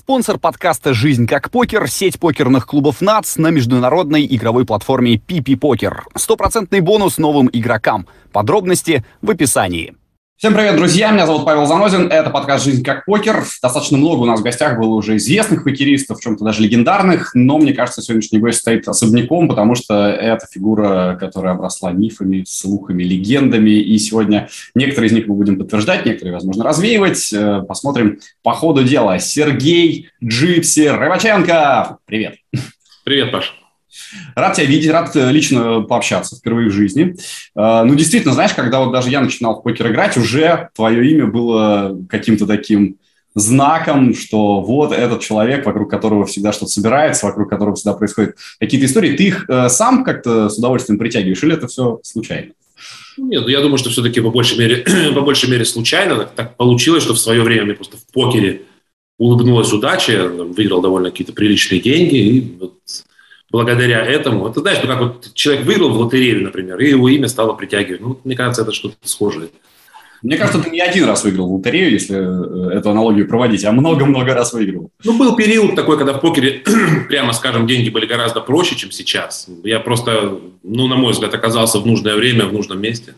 Спонсор подкаста «Жизнь как покер» — сеть покерных клубов НАЦ на международной игровой платформе PP Poker. 100% бонус новым игрокам. Подробности в описании. Всем привет, друзья! Меня зовут Павел Занозин. Это подкаст «Жизнь как покер». Достаточно много у нас в гостях было уже известных покеристов, в чем-то даже легендарных, но мне кажется, сегодняшний гость стоит особняком, потому что это фигура, которая обросла мифами, слухами, легендами, и сегодня некоторые из них мы будем подтверждать, некоторые, возможно, развеивать. Посмотрим по ходу дела. Сергей Джипси Рыбаченко! Привет! Привет, Паш. Рад тебя видеть, рад лично пообщаться впервые в жизни. Ну, действительно, знаешь, когда вот даже я начинал в покер играть, уже твое имя было каким-то таким знаком, что вот этот человек, вокруг которого всегда что-то собирается, вокруг которого всегда происходят какие-то истории. Ты их сам как-то с удовольствием притягиваешь или это все случайно? Нет, я думаю, что все-таки по большей мере случайно. Так получилось, что в свое время мне просто в покере улыбнулась удача, я выиграл довольно какие-то приличные деньги, и вот благодаря этому, это знаешь, как вот человек выиграл в лотерею, например, и его имя стало притягивать. Ну, мне кажется, это что-то схожее. Мне кажется, ты не один раз выиграл в лотерею, если эту аналогию проводить, а много-много раз выиграл. Ну, был период такой, когда в покере, прямо скажем, деньги были гораздо проще, чем сейчас. Я просто, на мой взгляд, оказался в нужное время, в нужном месте.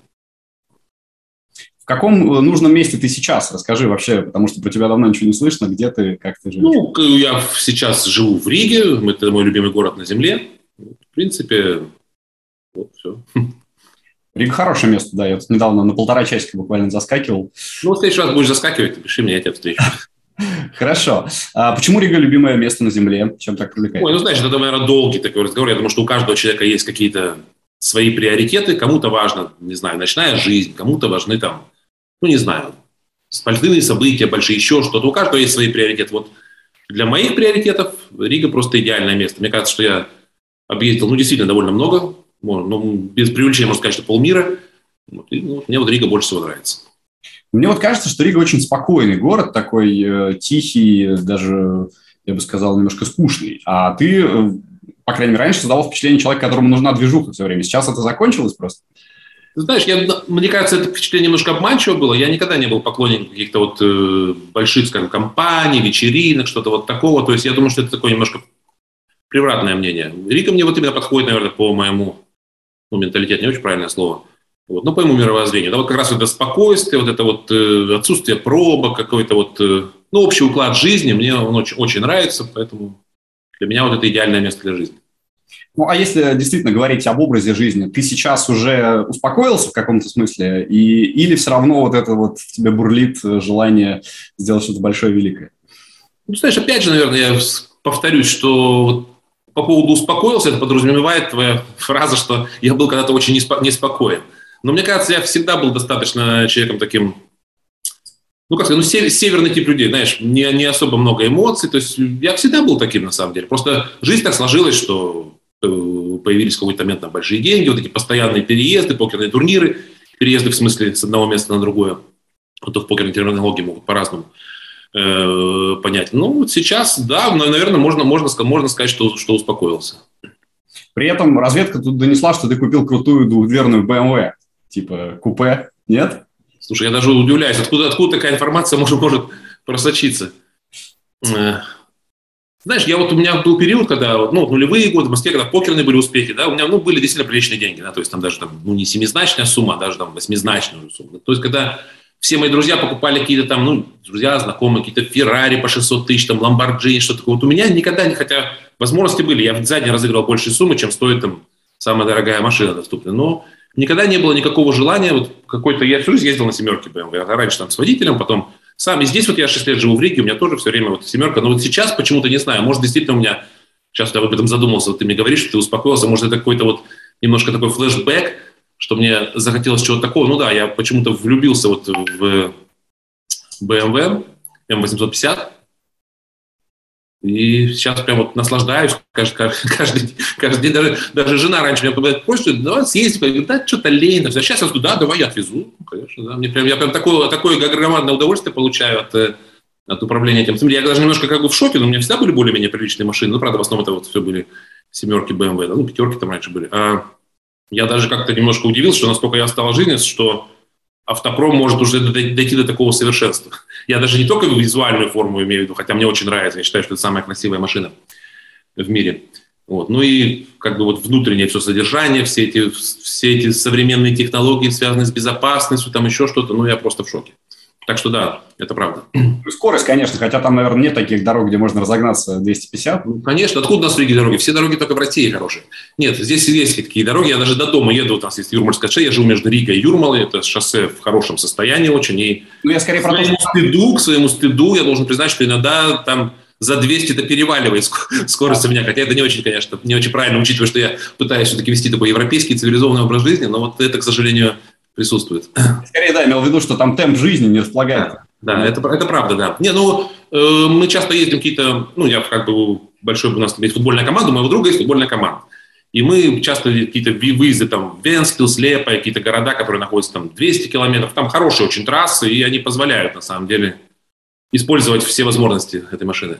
В каком нужном месте ты сейчас? Расскажи вообще, потому что про тебя давно ничего не слышно. Где ты, как ты живешь? Ну, я сейчас живу в Риге. Это мой любимый город на земле. В принципе, вот все. Рига хорошее место, да. Я тут недавно на 1,5 часика буквально заскакивал. Ну, в следующий раз будешь заскакивать, пиши мне, я тебя встречу. Хорошо. А почему Рига любимое место на земле? Чем так привлекает? Ой, знаешь, это, наверное, долгий такой разговор. Я думаю, что у каждого человека есть какие-то свои приоритеты. Кому-то важно, не знаю, ночная жизнь, кому-то важны там, не знаю, спортивные события большие, еще что-то. У каждого есть свои приоритеты. Вот для моих приоритетов Рига просто идеальное место. Мне кажется, что я объездил, действительно, довольно много. Без преувеличения можно сказать, что полмира. Мне вот Рига больше всего нравится. Мне вот кажется, что Рига очень спокойный город, такой тихий, даже, я бы сказал, немножко скучный. А ты, по крайней мере, раньше создавал впечатление человека, которому нужна движуха все время. Сейчас это закончилось просто? Знаешь, мне кажется, это впечатление немножко обманчиво было. Я никогда не был поклонником каких-то вот больших, скажем, компаний, вечеринок, что-то вот такого. То есть я думаю, что это такое немножко превратное мнение. Рига мне вот именно подходит, наверное, по моему менталитету, не очень правильное слово. Вот, но по моему мировоззрению. Да, вот как раз это спокойствие, вот это вот отсутствие пробок, какой-то вот общий уклад жизни. Мне он очень, очень нравится, поэтому для меня вот это идеальное место для жизни. Ну, а если действительно говорить об образе жизни, ты сейчас уже успокоился в каком-то смысле? Или все равно вот это вот в тебе бурлит желание сделать что-то большое, великое? Ну, знаешь, опять же, наверное, я повторюсь, что вот по поводу «успокоился» это подразумевает твоя фраза, что я был когда-то очень неспокоен. Но мне кажется, я всегда был достаточно человеком таким, северный тип людей, знаешь, не особо много эмоций. То есть я всегда был таким, на самом деле. Просто жизнь так сложилась, что появились в какой-то момент большие деньги, вот эти постоянные переезды, покерные турниры, переезды в смысле с одного места на другое. Вот в покерной терминологии могут по-разному понять. Ну, вот сейчас, да, наверное, можно сказать, что успокоился. При этом разведка тут донесла, что ты купил крутую двухдверную BMW, типа купе, нет? Слушай, я даже удивляюсь, откуда такая информация может просочиться. Знаешь, у меня был период, когда, нулевые годы в Москве, когда покерные были успехи, да, у меня, были действительно приличные деньги, да, то есть там даже, не семизначная сумма, а даже там 8-значную сумму. То есть, когда все мои друзья покупали какие-то там, друзья, знакомые, какие-то Феррари по 600 тысяч, там, Ламборджини, что-то такое. Вот у меня никогда не, хотя возможности были, я в за день разыгрывал больше суммы, чем стоит там самая дорогая машина доступная, но никогда не было никакого желания, я всю жизнь ездил на семерке BMW, я раньше там с водителем, потом сам, и здесь я 6 лет живу в Риге, у меня тоже все время семерка, но вот сейчас почему-то не знаю, может, действительно у меня, сейчас я об этом задумался, ты мне говоришь, что ты успокоился, может, это какой-то немножко такой флешбэк, что мне захотелось чего-то такого, я почему-то влюбился в BMW M850, и сейчас прям наслаждаюсь каждый день, даже жена раньше меня говорит, что давай съездим, я говорю, да, что-то лень, а сейчас я говорю, да, давай я отвезу, конечно, да. Я прям такое громадное удовольствие получаю от управления этим. Я даже немножко в шоке, но у меня всегда были более-менее приличные машины, правда, в основном это все были семерки BMW, да, пятерки там раньше были, я даже как-то немножко удивился, что насколько я стал жизненно, что автопром может уже дойти до такого совершенства. Я даже не только визуальную форму имею в виду, хотя мне очень нравится, я считаю, что это самая красивая машина в мире. Вот. Ну и как бы вот внутреннее все содержание, все эти современные технологии, связанные с безопасностью, там еще что-то, ну я просто в шоке. Так что да, это правда. Скорость, конечно, хотя там, наверное, нет таких дорог, где можно разогнаться 250. Ну, конечно, откуда у нас в Риге дороги? Все дороги только в России хорошие. Нет, здесь есть такие дороги, я даже до дома еду, у нас есть Юрмальское шоссе, я живу между Ригой и Юрмалой, это шоссе в хорошем состоянии очень. И ну, я скорее про то, что... к своему стыду я должен признать, что иногда там за 200-то переваливает скорость у меня, хотя это не очень, конечно, не очень правильно, учитывая, что я пытаюсь все-таки вести такой европейский цивилизованный образ жизни, но вот это, к сожалению, присутствует. Скорее, да, имел в виду, что там темп жизни не располагает. Да, это правда, да. Не, ну, мы часто ездим какие-то, ну, я как бы большой, у нас есть футбольная команда, у моего друга есть футбольная команда. И мы часто какие-то выезды там в Венспилс, Слепо, какие-то города, которые находятся там 200 километров, там хорошие очень трассы, и они позволяют, на самом деле, использовать все возможности этой машины.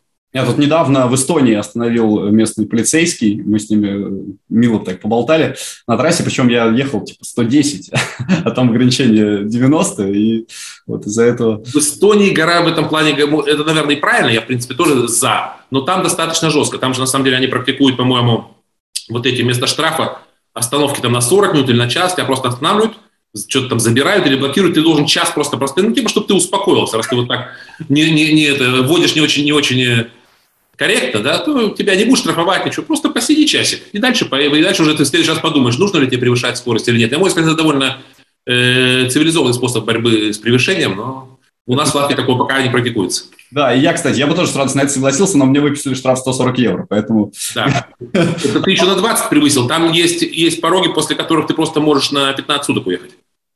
Я тут недавно в Эстонии остановил местный полицейский, мы с ними мило так поболтали на трассе, причем я ехал типа 110, а там ограничение 90, и вот из-за этого... В Эстонии гора в этом плане, это, наверное, и правильно, я, в принципе, тоже за, но там достаточно жестко, там же, на самом деле, они практикуют, по-моему, вот эти вместо штрафа остановки там на 40 минут или на час, тебя просто останавливают, что-то там забирают или блокируют, ты должен час просто, ну, типа, чтобы ты успокоился, раз ты вот так водишь не очень корректно, да, то тебя не будут штрафовать, ничего, просто посиди часик, и дальше уже ты в следующий раз подумаешь, нужно ли тебе превышать скорость или нет. На мой взгляд, это довольно цивилизованный способ борьбы с превышением, но у нас в Латвии такого пока не практикуется. Да, и я, кстати, я бы тоже сразу на это согласился, но мне выписали штраф 140 евро, поэтому... Да, это ты еще на 20 превысил, там есть пороги, после которых ты просто можешь на 15 суток уехать.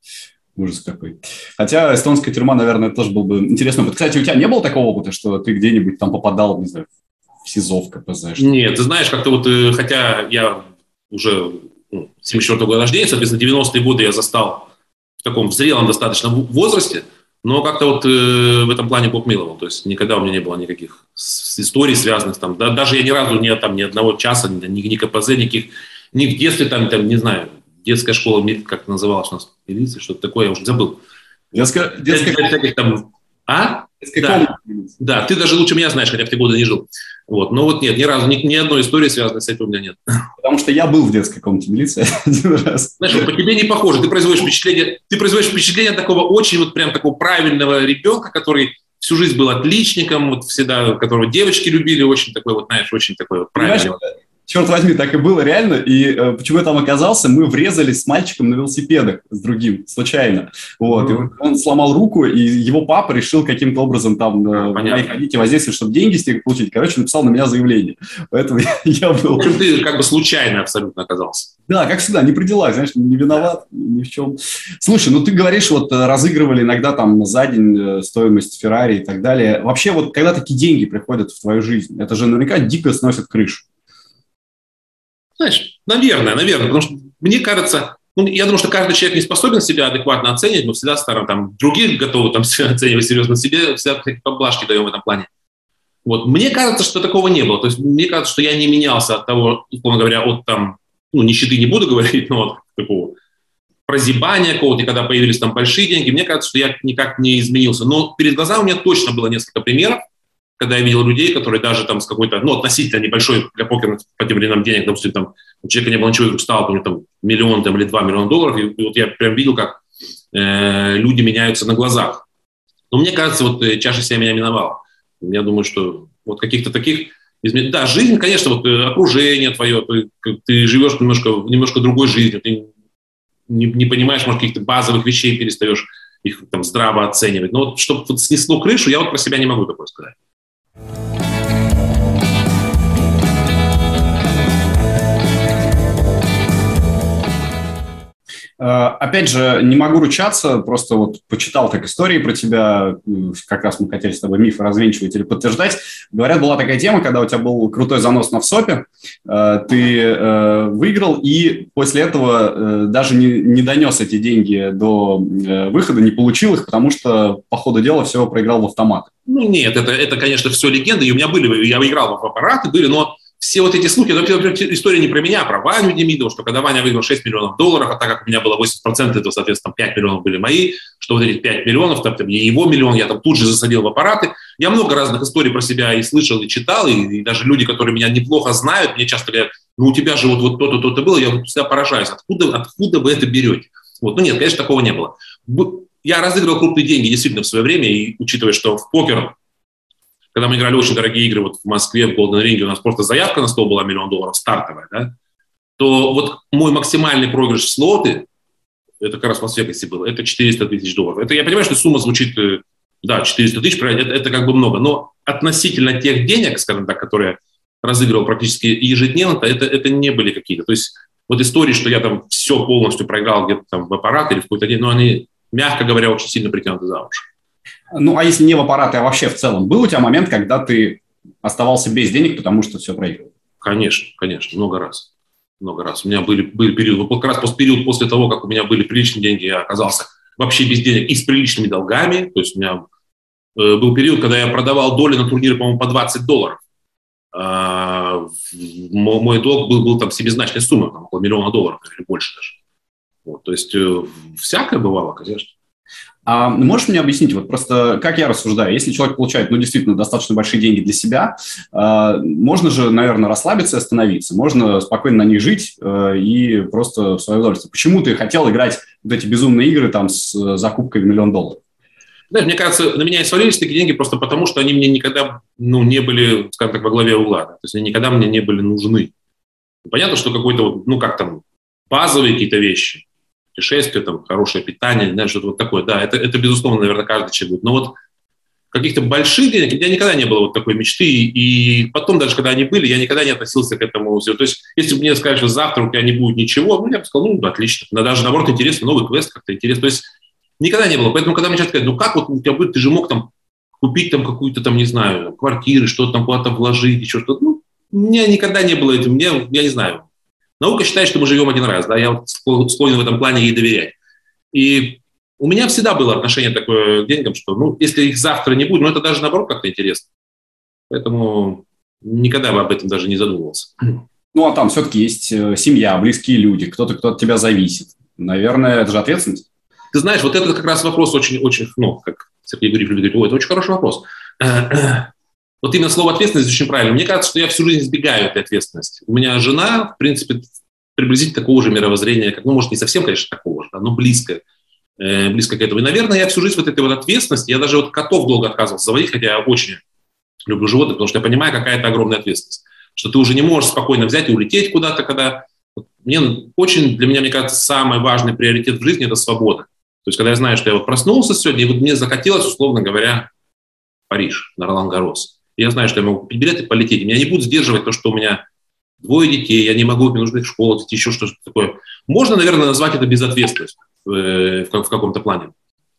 Ужас какой. Хотя эстонская тюрьма, наверное, тоже был бы интересно. Вот, кстати, у тебя не было такого опыта, что ты где-нибудь там попадал, не знаю, в СИЗО, в КПЗ? Нет, ты знаешь, как-то вот, хотя я уже 74-го года рождения, соответственно, 90-е годы я застал в таком зрелом достаточно возрасте, но как-то вот в этом плане Бог миловал. То есть никогда у меня не было никаких историй, связанных там, да, даже я ни разу ни одного часа, ни КПЗ, ни в детстве там, не знаю, детская школа, как называлась у нас, милиция, что-то такое, я уже забыл. Детская там... А? Да, ты даже лучше меня знаешь, хотя в те годы не жил. Вот. Но вот нет, ни разу, ни одной истории, связанной с этим, у меня нет. Потому что я был в детской комнате милиции один раз. Знаешь, вот по тебе не похоже. Ты производишь впечатление такого очень вот прям такого правильного ребенка, который всю жизнь был отличником, вот всегда, которого девочки любили, очень такой вот, знаешь, очень такой вот правильный. Черт возьми, так и было реально. И почему я там оказался, мы врезались с мальчиком на велосипедах с другим, случайно. Вот. И он сломал руку, и его папа решил каким-то образом там ходить и воздействовать, чтобы деньги с них получить. Короче, написал на меня заявление. Поэтому я был... В общем, ты как бы случайно абсолютно оказался. Да, как всегда, не при делах, знаешь, не виноват ни в чем. Слушай, ну ты говоришь, вот разыгрывали иногда там за день стоимость Феррари и так далее. Вообще вот когда такие деньги приходят в твою жизнь, это же наверняка дико сносит крышу. Знаешь, наверное, потому что мне кажется, я думаю, что каждый человек не способен себя адекватно оценивать, мы всегда стараем, там, других готовы там оценивать серьезно, себе всегда поблажки даем в этом плане. Вот. Мне кажется, что такого не было, то есть мне кажется, что я не менялся от того, условно говоря, от там, нищеты не буду говорить, но от такого прозябания какого-то, когда появились там большие деньги, мне кажется, что я никак не изменился. Но перед глазами у меня точно было несколько примеров, когда я видел людей, которые даже там с какой-то, относительно небольшой для покера по тем временам денег, допустим, там у человека не было ничего, вдруг стало, у него там миллион там, или 2 миллиона долларов, и вот я прям видел, как люди меняются на глазах. Но мне кажется, вот чаша себя меня миновала. Я думаю, что вот каких-то таких изменений. Да, жизнь, конечно, вот окружение твое, ты живешь немножко другой жизнью, ты не понимаешь, может, каких-то базовых вещей перестаешь их там здраво оценивать. Но вот чтобы вот снесло крышу, я вот про себя не могу такое сказать. Опять же, не могу ручаться, просто вот почитал так истории про тебя, как раз мы хотели с тобой мифы развенчивать или подтверждать. Говорят, была такая тема, когда у тебя был крутой занос на ВСОПе, ты выиграл и после этого даже не донес эти деньги до выхода, не получил их, потому что по ходу дела все проиграл в автомат. Нет, это, конечно, все легенды, и у меня я играл в аппараты, но все вот эти слухи, например, история не про меня, а про Ваню Демидова, что когда Ваня выиграл $6 миллионов, а так как у меня было 80%, этого, соответственно, 5 миллионов были мои, что вот эти 5 миллионов, там, его миллион я там тут же засадил в аппараты. Я много разных историй про себя и слышал, и читал, и даже люди, которые меня неплохо знают, мне часто говорят, ну у тебя же вот то-то, то-то было, я вот всегда поражаюсь, откуда вы это берете? Вот. Ну нет, конечно, такого не было. Я разыгрывал крупные деньги действительно в свое время, и учитывая, что в покер, когда мы играли очень дорогие игры вот в Москве, в Golden Ring, у нас просто заявка на стол была $1 миллион стартовая, да, то вот мой максимальный проигрыш в слоты, это как раз в Лас-Вегасе было, это $400 тысяч. Это я понимаю, что сумма звучит, да, 400 тысяч, это как бы много, но относительно тех денег, скажем так, которые я разыгрывал практически ежедневно, это не были какие-то. То есть вот истории, что я там все полностью проиграл где-то там в аппарат или в какой-то день, но они, мягко говоря, очень сильно притянуты за уши. Ну, а если не в аппараты, а вообще в целом, был у тебя момент, когда ты оставался без денег, потому что все проигрывал? Конечно, много раз. Много раз. У меня были периоды, как раз период после того, как у меня были приличные деньги, я оказался вообще без денег и с приличными долгами. То есть у меня был период, когда я продавал доли на турниры, по-моему, по $20. Мой долг был там себезначной суммы, там, около $1 миллиона или больше даже. Вот, то есть всякое бывало, конечно. А можешь мне объяснить, вот просто как я рассуждаю, если человек получает, ну, действительно, достаточно большие деньги для себя, можно же, наверное, расслабиться и остановиться, можно спокойно на них жить и просто в свое удовольствие. Почему ты хотел играть вот эти безумные игры там с закупкой в $1 миллион? Да, мне кажется, на меня и свалились такие деньги просто потому, что они мне никогда, не были, скажем так, во главе угла. То есть они никогда мне не были нужны. Понятно, что какой-то, как там, базовые какие-то вещи, путешествия, там, хорошее питание, знаешь, что-то вот такое. Да, это безусловно, наверное, каждый человек будет. Но вот каких-то больших денег у меня никогда не было вот такой мечты. И потом, даже когда они были, я никогда не относился к этому. То есть, если бы мне сказали, что завтра у тебя не будет ничего, я бы сказал, отлично. Даже, наоборот, интересно, новый квест как-то интересно. То есть, никогда не было. Поэтому, когда мне сейчас говорят, как вот у тебя будет, ты же мог там купить там какую-то там, не знаю, квартиры, что-то там куда-то вложить, еще что-то. У меня никогда не было этим. Я не знаю. Наука считает, что мы живем один раз, да, я вот склонен в этом плане ей доверять. И у меня всегда было отношение такое к деньгам, что, если их завтра не будет, это даже наоборот как-то интересно. Поэтому никогда бы об этом даже не задумывался. Ну, а там все-таки есть семья, близкие люди, кто-то, кто от тебя зависит. Наверное, это же ответственность. Ты знаешь, вот это как раз вопрос очень, как Сергей Гурьев любит говорить, это очень хороший вопрос. Вот именно слово «ответственность» очень правильно. Мне кажется, что я всю жизнь избегаю этой ответственности. У меня жена, в принципе, приблизительно такого же мировоззрения, как, может, не совсем, конечно, такого же, но близко к этому. И, наверное, я всю жизнь вот этой вот ответственности, я даже вот котов долго отказывался заводить, хотя я очень люблю животных, потому что я понимаю, какая это огромная ответственность. Что ты уже не можешь спокойно взять и улететь куда-то, когда... Для меня, мне кажется, самый важный приоритет в жизни – это свобода. То есть, когда я знаю, что я вот проснулся сегодня, и вот мне захотелось, условно говоря, в Париж, на Ролан-Гаррос. Я знаю, что я могу купить билет и полететь. Меня не будут сдерживать то, что у меня 2 детей, я не могу, мне нужно их в школу, еще что-то такое. Можно, наверное, назвать это безответственностью в каком-то плане.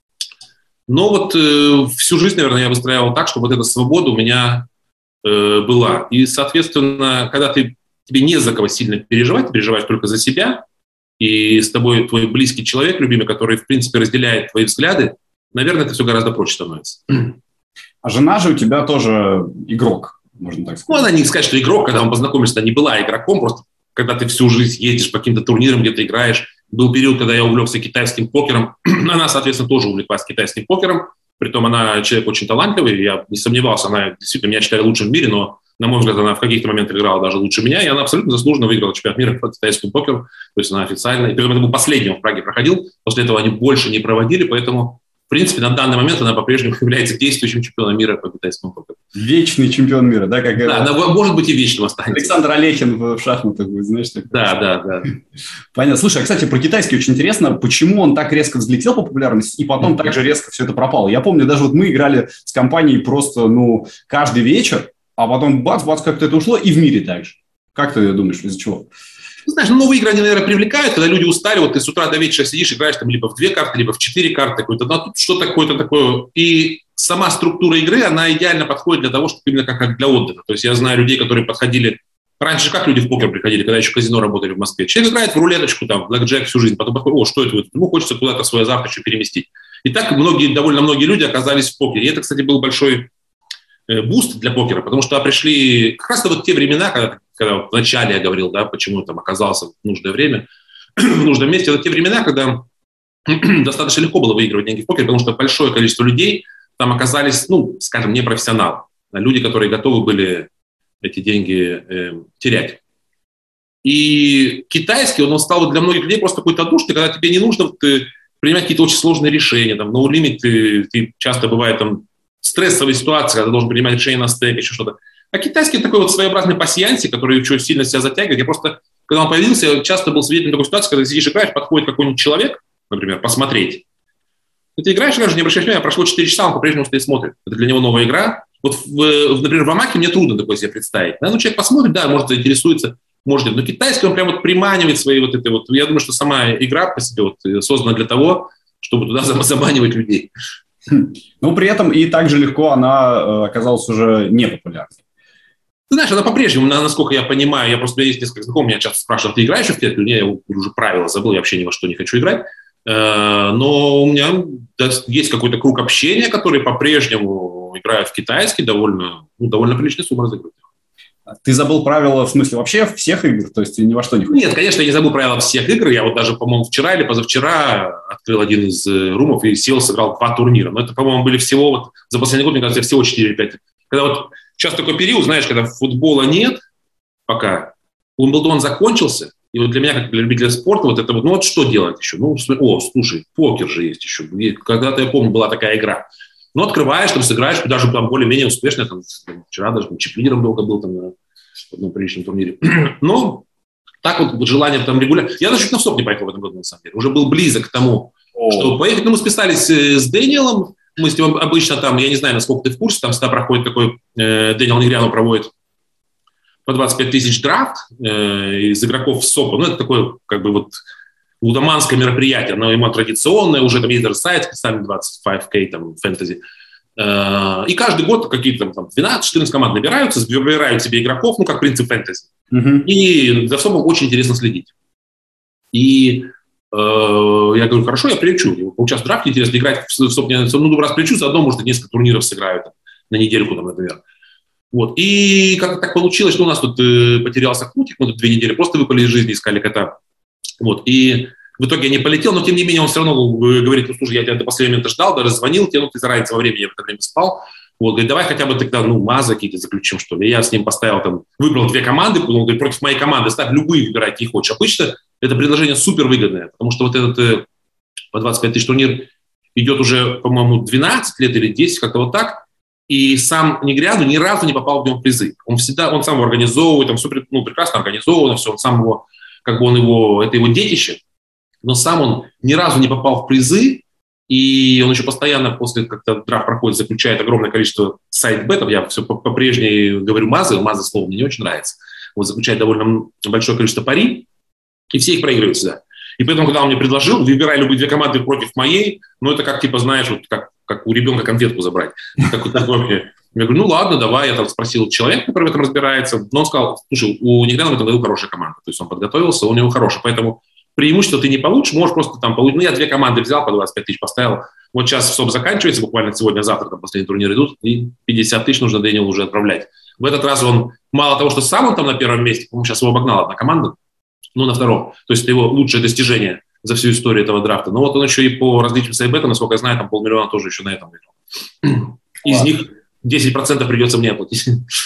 Но вот всю жизнь, наверное, я выстраивал так, чтобы вот эта свобода у меня была. И, соответственно, когда тебе не за кого сильно переживать, ты переживаешь только за себя, и с тобой твой близкий человек, любимый, который, в принципе, разделяет твои взгляды, наверное, это все гораздо проще становится. А жена же у тебя тоже игрок, можно так сказать. Она не сказать, что игрок, когда мы познакомились, она не была игроком, просто когда ты всю жизнь ездишь по каким-то турнирам, где ты играешь. Был период, когда я увлекся китайским покером. Она, соответственно, тоже увлеклась китайским покером. Притом она человек очень талантливый, я не сомневался, она действительно меня считали лучшим в мире, но, на мой взгляд, она в каких-то моментах играла даже лучше меня, и она абсолютно заслуженно выиграла чемпионат мира по китайскому покеру. То есть она официально, и притом это был последний, он в Праге проходил, после этого они больше не проводили, поэтому в принципе, на данный момент она по-прежнему является действующим чемпионом мира по китайскому покеру. Вечный чемпион мира, да? Как да, она, может быть, и вечным останется. Александр Олехин в шахматах будет, знаешь? Такой. Да. Понятно. Слушай, а, кстати, про китайский очень интересно, почему он так резко взлетел по популярности, и потом так же резко все это пропало. Я помню, даже вот мы играли с компанией просто, каждый вечер, а потом бац, как-то это ушло, и в мире также. Как ты думаешь, из-за чего? Знаешь, новые игры, они, наверное, привлекают, когда люди устали, вот ты с утра до вечера сидишь, играешь там либо в 2 карты, либо в 4 карты, какой-то, но тут что-то какое-то такое. И сама структура игры, она идеально подходит для того, чтобы именно как для отдыха. То есть я знаю людей, которые подходили, раньше как люди в покер приходили, когда еще казино работали в Москве. Человек играет в рулеточку, там, в блэкджек всю жизнь, потом подходит, что это? Ему хочется куда-то свой азарт еще переместить. И так довольно многие люди оказались в покере. И это, кстати, был большой буст для покера, потому что пришли как раз вот те времена, когда когда вот вначале я говорил, да, почему там оказался в нужное время, в нужном месте, это те времена, когда достаточно легко было выигрывать деньги в покере, потому что большое количество людей там оказались, ну, скажем, не профессионалы, а люди, которые готовы были эти деньги терять. И китайский, он стал для многих людей просто какой-то отдушкой, когда тебе не нужно принимать какие-то очень сложные решения, там, no limit, ты часто бывает там стрессовая ситуация, когда ты должен принимать решения на стейк, еще что-то. А китайский такой вот своеобразный пассианси, который очень сильно себя затягивает. Я просто, когда он появился, я часто был свидетелем такой ситуации, когда ты сидишь играешь, подходит какой-нибудь человек, например, посмотреть. И ты играешь, не обращаешь внимания, прошло 4 часа, он по-прежнему стоит и смотрит. Это для него новая игра. Вот, например, в Амаке мне трудно такое себе представить. Да? Ну, человек посмотрит, да, может, заинтересуется, может, но китайский он прям вот приманивает свои вот это вот. Я думаю, что сама игра по себе вот создана для того, чтобы туда заманивать людей. Ну, при этом и так же легко она оказалась уже непопулярной. Ты знаешь, она по-прежнему, насколько я понимаю, я просто, есть несколько знакомых, меня часто спрашивают, ты играешь в клетку? Я уже правила забыл, я вообще ни во что не хочу играть. Но у меня есть какой-то круг общения, который по-прежнему играет в китайский, довольно приличный сумму разыгрывает. Ты забыл правила, в смысле, вообще всех игр? То есть ты ни во что не хочешь? Нет, конечно, я не забыл правила всех игр. Я вот даже, по-моему, вчера или позавчера открыл один из румов и сел, сыграл 2 турнира. Но это, по-моему, были всего, вот за последний год, мне кажется, всего 4-5. Когда вот сейчас такой период, знаешь, когда футбола нет пока, Уимблдон закончился, и вот для меня, как для любителя спорта, вот это вот, ну вот что делать еще? Ну, слушай, покер же есть еще. Когда-то, я помню, была такая игра. Ну, открываешь, там, сыграешь, даже там более-менее успешно. Там, вчера даже чемпионом долго был там на одном приличном турнире. Но так вот желание там регулярно. Я даже чуть на СОП не поехал в этом году, на самом деле. Уже был близок к тому, чтобы поехать. Ну, мы списались с Дэниелом. Мы с ним обычно там, я не знаю, насколько ты в курсе, там всегда проходит такой, Дэниел Негряно проводит по 25 тысяч драфт из игроков СОПа. Ну, это такое, как бы вот лудоманское мероприятие, оно ему традиционное, уже там есть даже сайт специальный 25K, там, фэнтези. И каждый год какие-то там 12-14 команд набираются, выбирают себе игроков, ну, как принцип фэнтези. И за СОПом очень интересно следить. И я говорю, хорошо, я прилечу. Поучаствую в драфте, интересно играть в СОП. Ну, раз прилечу, заодно, может, несколько турниров сыграю там, на недельку, там, например. Вот. И как-то так получилось, что у нас тут потерялся Кутик, мы тут 2 недели просто выпали из жизни, искали кота. Вот. И в итоге я не полетел, но тем не менее он все равно говорит, ну, слушай, я тебя до последнего момента ждал, даже звонил тебе, ну, ты заранее во времени, я в это время спал. Вот, говорит, давай хотя бы тогда, ну, мазы какие-то заключим, что ли. Я с ним поставил там, выбрал 2 команды, он говорит, против моей команды ставь любые, выбирай, какие хочешь. Обычно это предложение супер выгодное, потому что вот этот по 25 тысяч турнир идет уже, по-моему, 12 лет или 10, как-то вот так. И сам Негряну ни разу не попал в нем в призы. Он сам его организовывает, там супер, ну, прекрасно организовано все, он сам его, как бы он его, это его детище, но сам он ни разу не попал в призы, и он еще постоянно после, когда драфт проходит, заключает огромное количество сайт-бетов, я все по-прежнему говорю мазы слово мне не очень нравится, вот заключает довольно большое количество пари, и все их проигрывают всегда. И поэтому, когда он мне предложил, выбирай любые 2 команды против моей, ну, это как, типа, знаешь, вот как у ребенка конфетку забрать. Я говорю, ну, ладно, давай. Я там спросил человека, который в этом разбирается. Но он сказал, слушай, у Негряна в этом году хорошая команда. То есть он подготовился, у него хорошая. Поэтому преимущество ты не получишь, можешь просто там получить. Ну, я 2 команды взял, по 25 тысяч поставил. Вот сейчас СОП заканчивается, буквально сегодня-завтра, там последние турниры идут, и 50 тысяч нужно Дэниелу уже отправлять. В этот раз он, мало того, что сам он там на первом месте, по-моему, сейчас его обогнала одна команда, ну, на втором. То есть это его лучшее достижение за всю историю этого драфта. Но вот он еще и по различным сайбетам, насколько я знаю, там 500 000 тоже еще на этом выиграл. Из них 10% придется мне оплатить.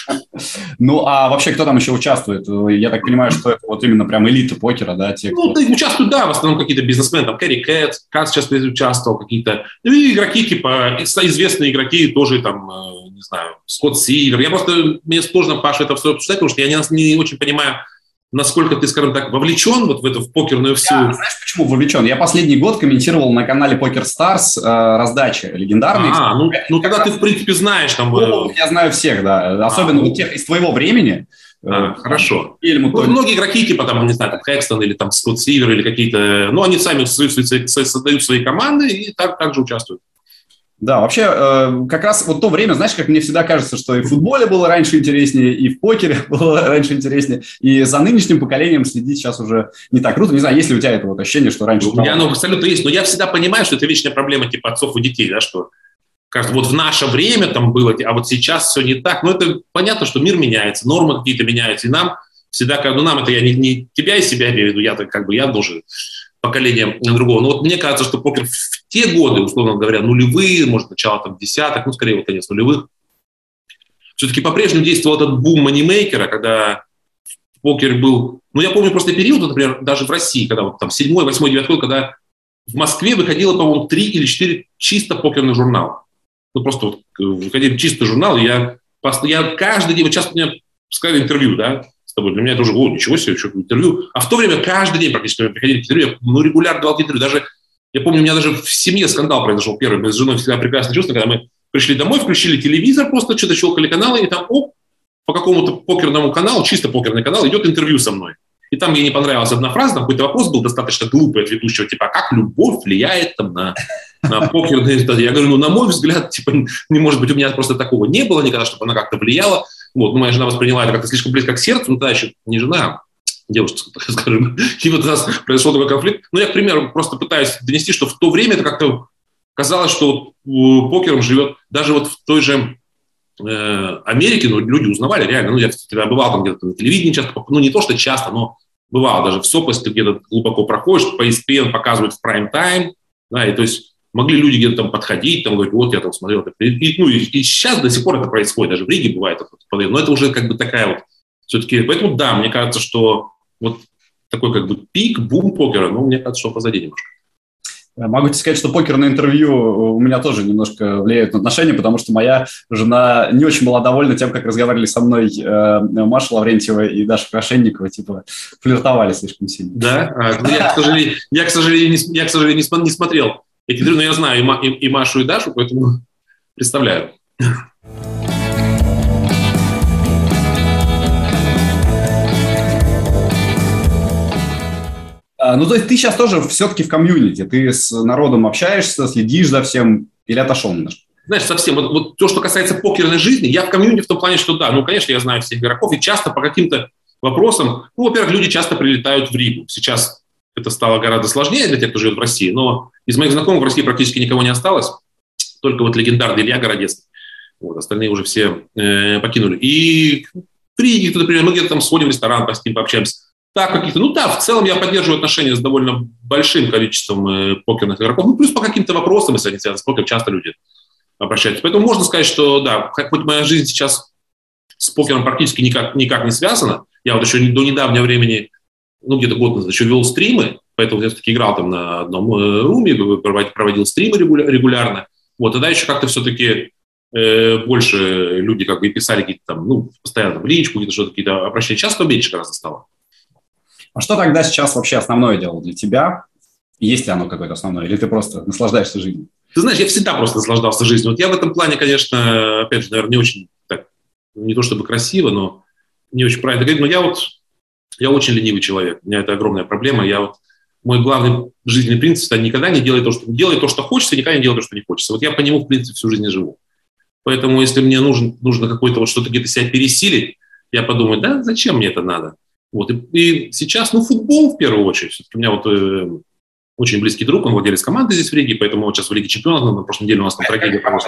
Ну, а вообще кто там еще участвует? Я так понимаю, что это вот именно прям элита покера, да? Те, кто... Ну, участвуют, да, в основном какие-то бизнесмены, там Кэрри Кэтс сейчас участвовал, какие-то, ну, и игроки, типа, известные игроки тоже, там, не знаю, Скотт Сивер. Мне сложно, Паша, это все обсуждать, потому что я не очень понимаю, насколько ты, скажем так, вовлечен вот в эту в покерную всю... Я, знаешь, почему вовлечен? Я последний год комментировал на канале Poker Stars раздачи легендарные. Ну тогда ты, в принципе, знаешь там... Я знаю всех, да. Особенно у тех из твоего времени. Хорошо. Многие игроки, типа, там, не знаю, там, Хэкстон или там Скотт Сивер или какие-то... Ну, они сами создают свои команды и так же участвуют. Да, вообще, как раз вот то время, знаешь, как мне всегда кажется, что и в футболе было раньше интереснее, и в покере было раньше интереснее, и за нынешним поколением следить сейчас уже не так круто. Не знаю, есть ли у тебя это вот ощущение, что раньше... У меня оно абсолютно есть, но я всегда понимаю, что это вечная проблема типа отцов и детей, да, что кажется, вот в наше время там было, а вот сейчас все не так. Но это понятно, что мир меняется, нормы какие-то меняются, и нам всегда, как, ну, нам это я не тебя из себя имею в виду, я тоже поколение другого. Но вот мне кажется, что покер в те годы, условно говоря, нулевые, может, начало там десятых, ну, скорее, вот конец нулевых, все-таки по-прежнему действовал этот бум манимейкера, когда покер был... Ну, я помню просто период, например, даже в России, когда вот там 7-й, 8-й, 9-й год, когда в Москве выходило, по-моему, 3 или 4 чисто покерных журнала. Ну, просто вот выходили чисто журнал, и я каждый день, вот сейчас мне сказали интервью, да, с тобой, для меня это уже, ничего себе, что интервью. А в то время каждый день практически приходили к интервью, я, регулярно давал интервью. Даже, я помню, у меня даже в семье скандал произошел первый. Мы с женой всегда прекрасно чувствовали, когда мы пришли домой, включили телевизор, просто что-то щелкали каналы, и там, по какому-то покерному каналу, чисто покерный канал, идет интервью со мной. И там мне не понравилась одна фраза, там какой-то вопрос был достаточно глупый от ведущего, типа, как любовь влияет там на покерные результаты. Я говорю, ну, на мой взгляд, типа, не может быть, у меня просто такого не было никогда, чтобы она как-то влияла. Вот, ну, моя жена восприняла это как-то слишком близко к сердцу, ну, тогда еще не жена, а девушка, скажем. И вот у нас произошел такой конфликт. Ну, я, к примеру, просто пытаюсь донести, что в то время это как-то казалось, что покером живет даже вот в той же Америке, ну, люди узнавали реально. Ну, я всегда бывал там где-то на телевидении часто, ну, не то, что часто, но бывало даже в СОП, если ты где-то глубоко проходишь, по ESPN показывают в прайм-тайм, да, и то есть могли люди где-то там подходить, там говорить, вот я там смотрел. И сейчас до сих пор это происходит, даже в Риге бывает. Но это уже как бы такая вот все-таки... Поэтому да, мне кажется, что вот такой как бы пик, бум покера, ну, мне кажется, что он позади немножко. Могу тебе сказать, что покерные интервью у меня тоже немножко влияют на отношения, потому что моя жена не очень была довольна тем, как разговаривали со мной Маша Лаврентьева и Даша Крашенникова, типа флиртовали слишком сильно. Да? Я, к сожалению, не смотрел эти интервью, но я знаю и Машу, и Дашу, поэтому представляю. Ну, то есть ты сейчас тоже все-таки в комьюнити, ты с народом общаешься, следишь за всем или отошел немножко? Знаешь, совсем. Вот то, что касается покерной жизни, я в комьюнити в том плане, что да, ну, конечно, я знаю всех игроков, и часто по каким-то вопросам, ну, во-первых, люди часто прилетают в Ригу. Сейчас это стало гораздо сложнее для тех, кто живет в России, но из моих знакомых в России практически никого не осталось, только вот легендарный Илья Городецкий. Вот, остальные уже все покинули. И в Риге, например, мы где-то там сходим в ресторан, посидим, пообщаемся. Так, какие-то, ну да, в целом я поддерживаю отношения с довольно большим количеством покерных игроков. Ну, плюс по каким-то вопросам, если они связаны с покером, часто люди обращаются. Поэтому можно сказать, что да, хоть моя жизнь сейчас с покером практически никак не связана. Я вот еще до недавнего времени, ну, где-то год назад, еще вел стримы, поэтому я все-таки играл там на одном руме, проводил стримы регулярно. Вот, тогда еще как-то все-таки больше люди как бы писали какие-то там, ну, постоянно в личку, какие-то обращения. Сейчас меньше гораздо стало. А что тогда сейчас вообще основное дело для тебя? Есть ли оно какое-то основное? Или ты просто наслаждаешься жизнью? Ты знаешь, я всегда просто наслаждался жизнью. Вот я в этом плане, конечно, опять же, наверное, не очень так, не то чтобы красиво, но не очень правильно говорить, но я очень ленивый человек. У меня это огромная проблема. Мой главный жизненный принцип – это никогда не делай то, что хочется, никогда не делай то, что не хочется. Вот я по нему, в принципе, всю жизнь и живу. Поэтому, если мне нужно какое-то вот что-то где-то себя пересилить, я подумаю, да, зачем мне это надо? Вот. И сейчас, ну, футбол в первую очередь. Все-таки у меня вот очень близкий друг, он владелец команды здесь в Риге, поэтому вот сейчас в Лиге чемпионов, на прошлой неделе у нас там трагедия произошла.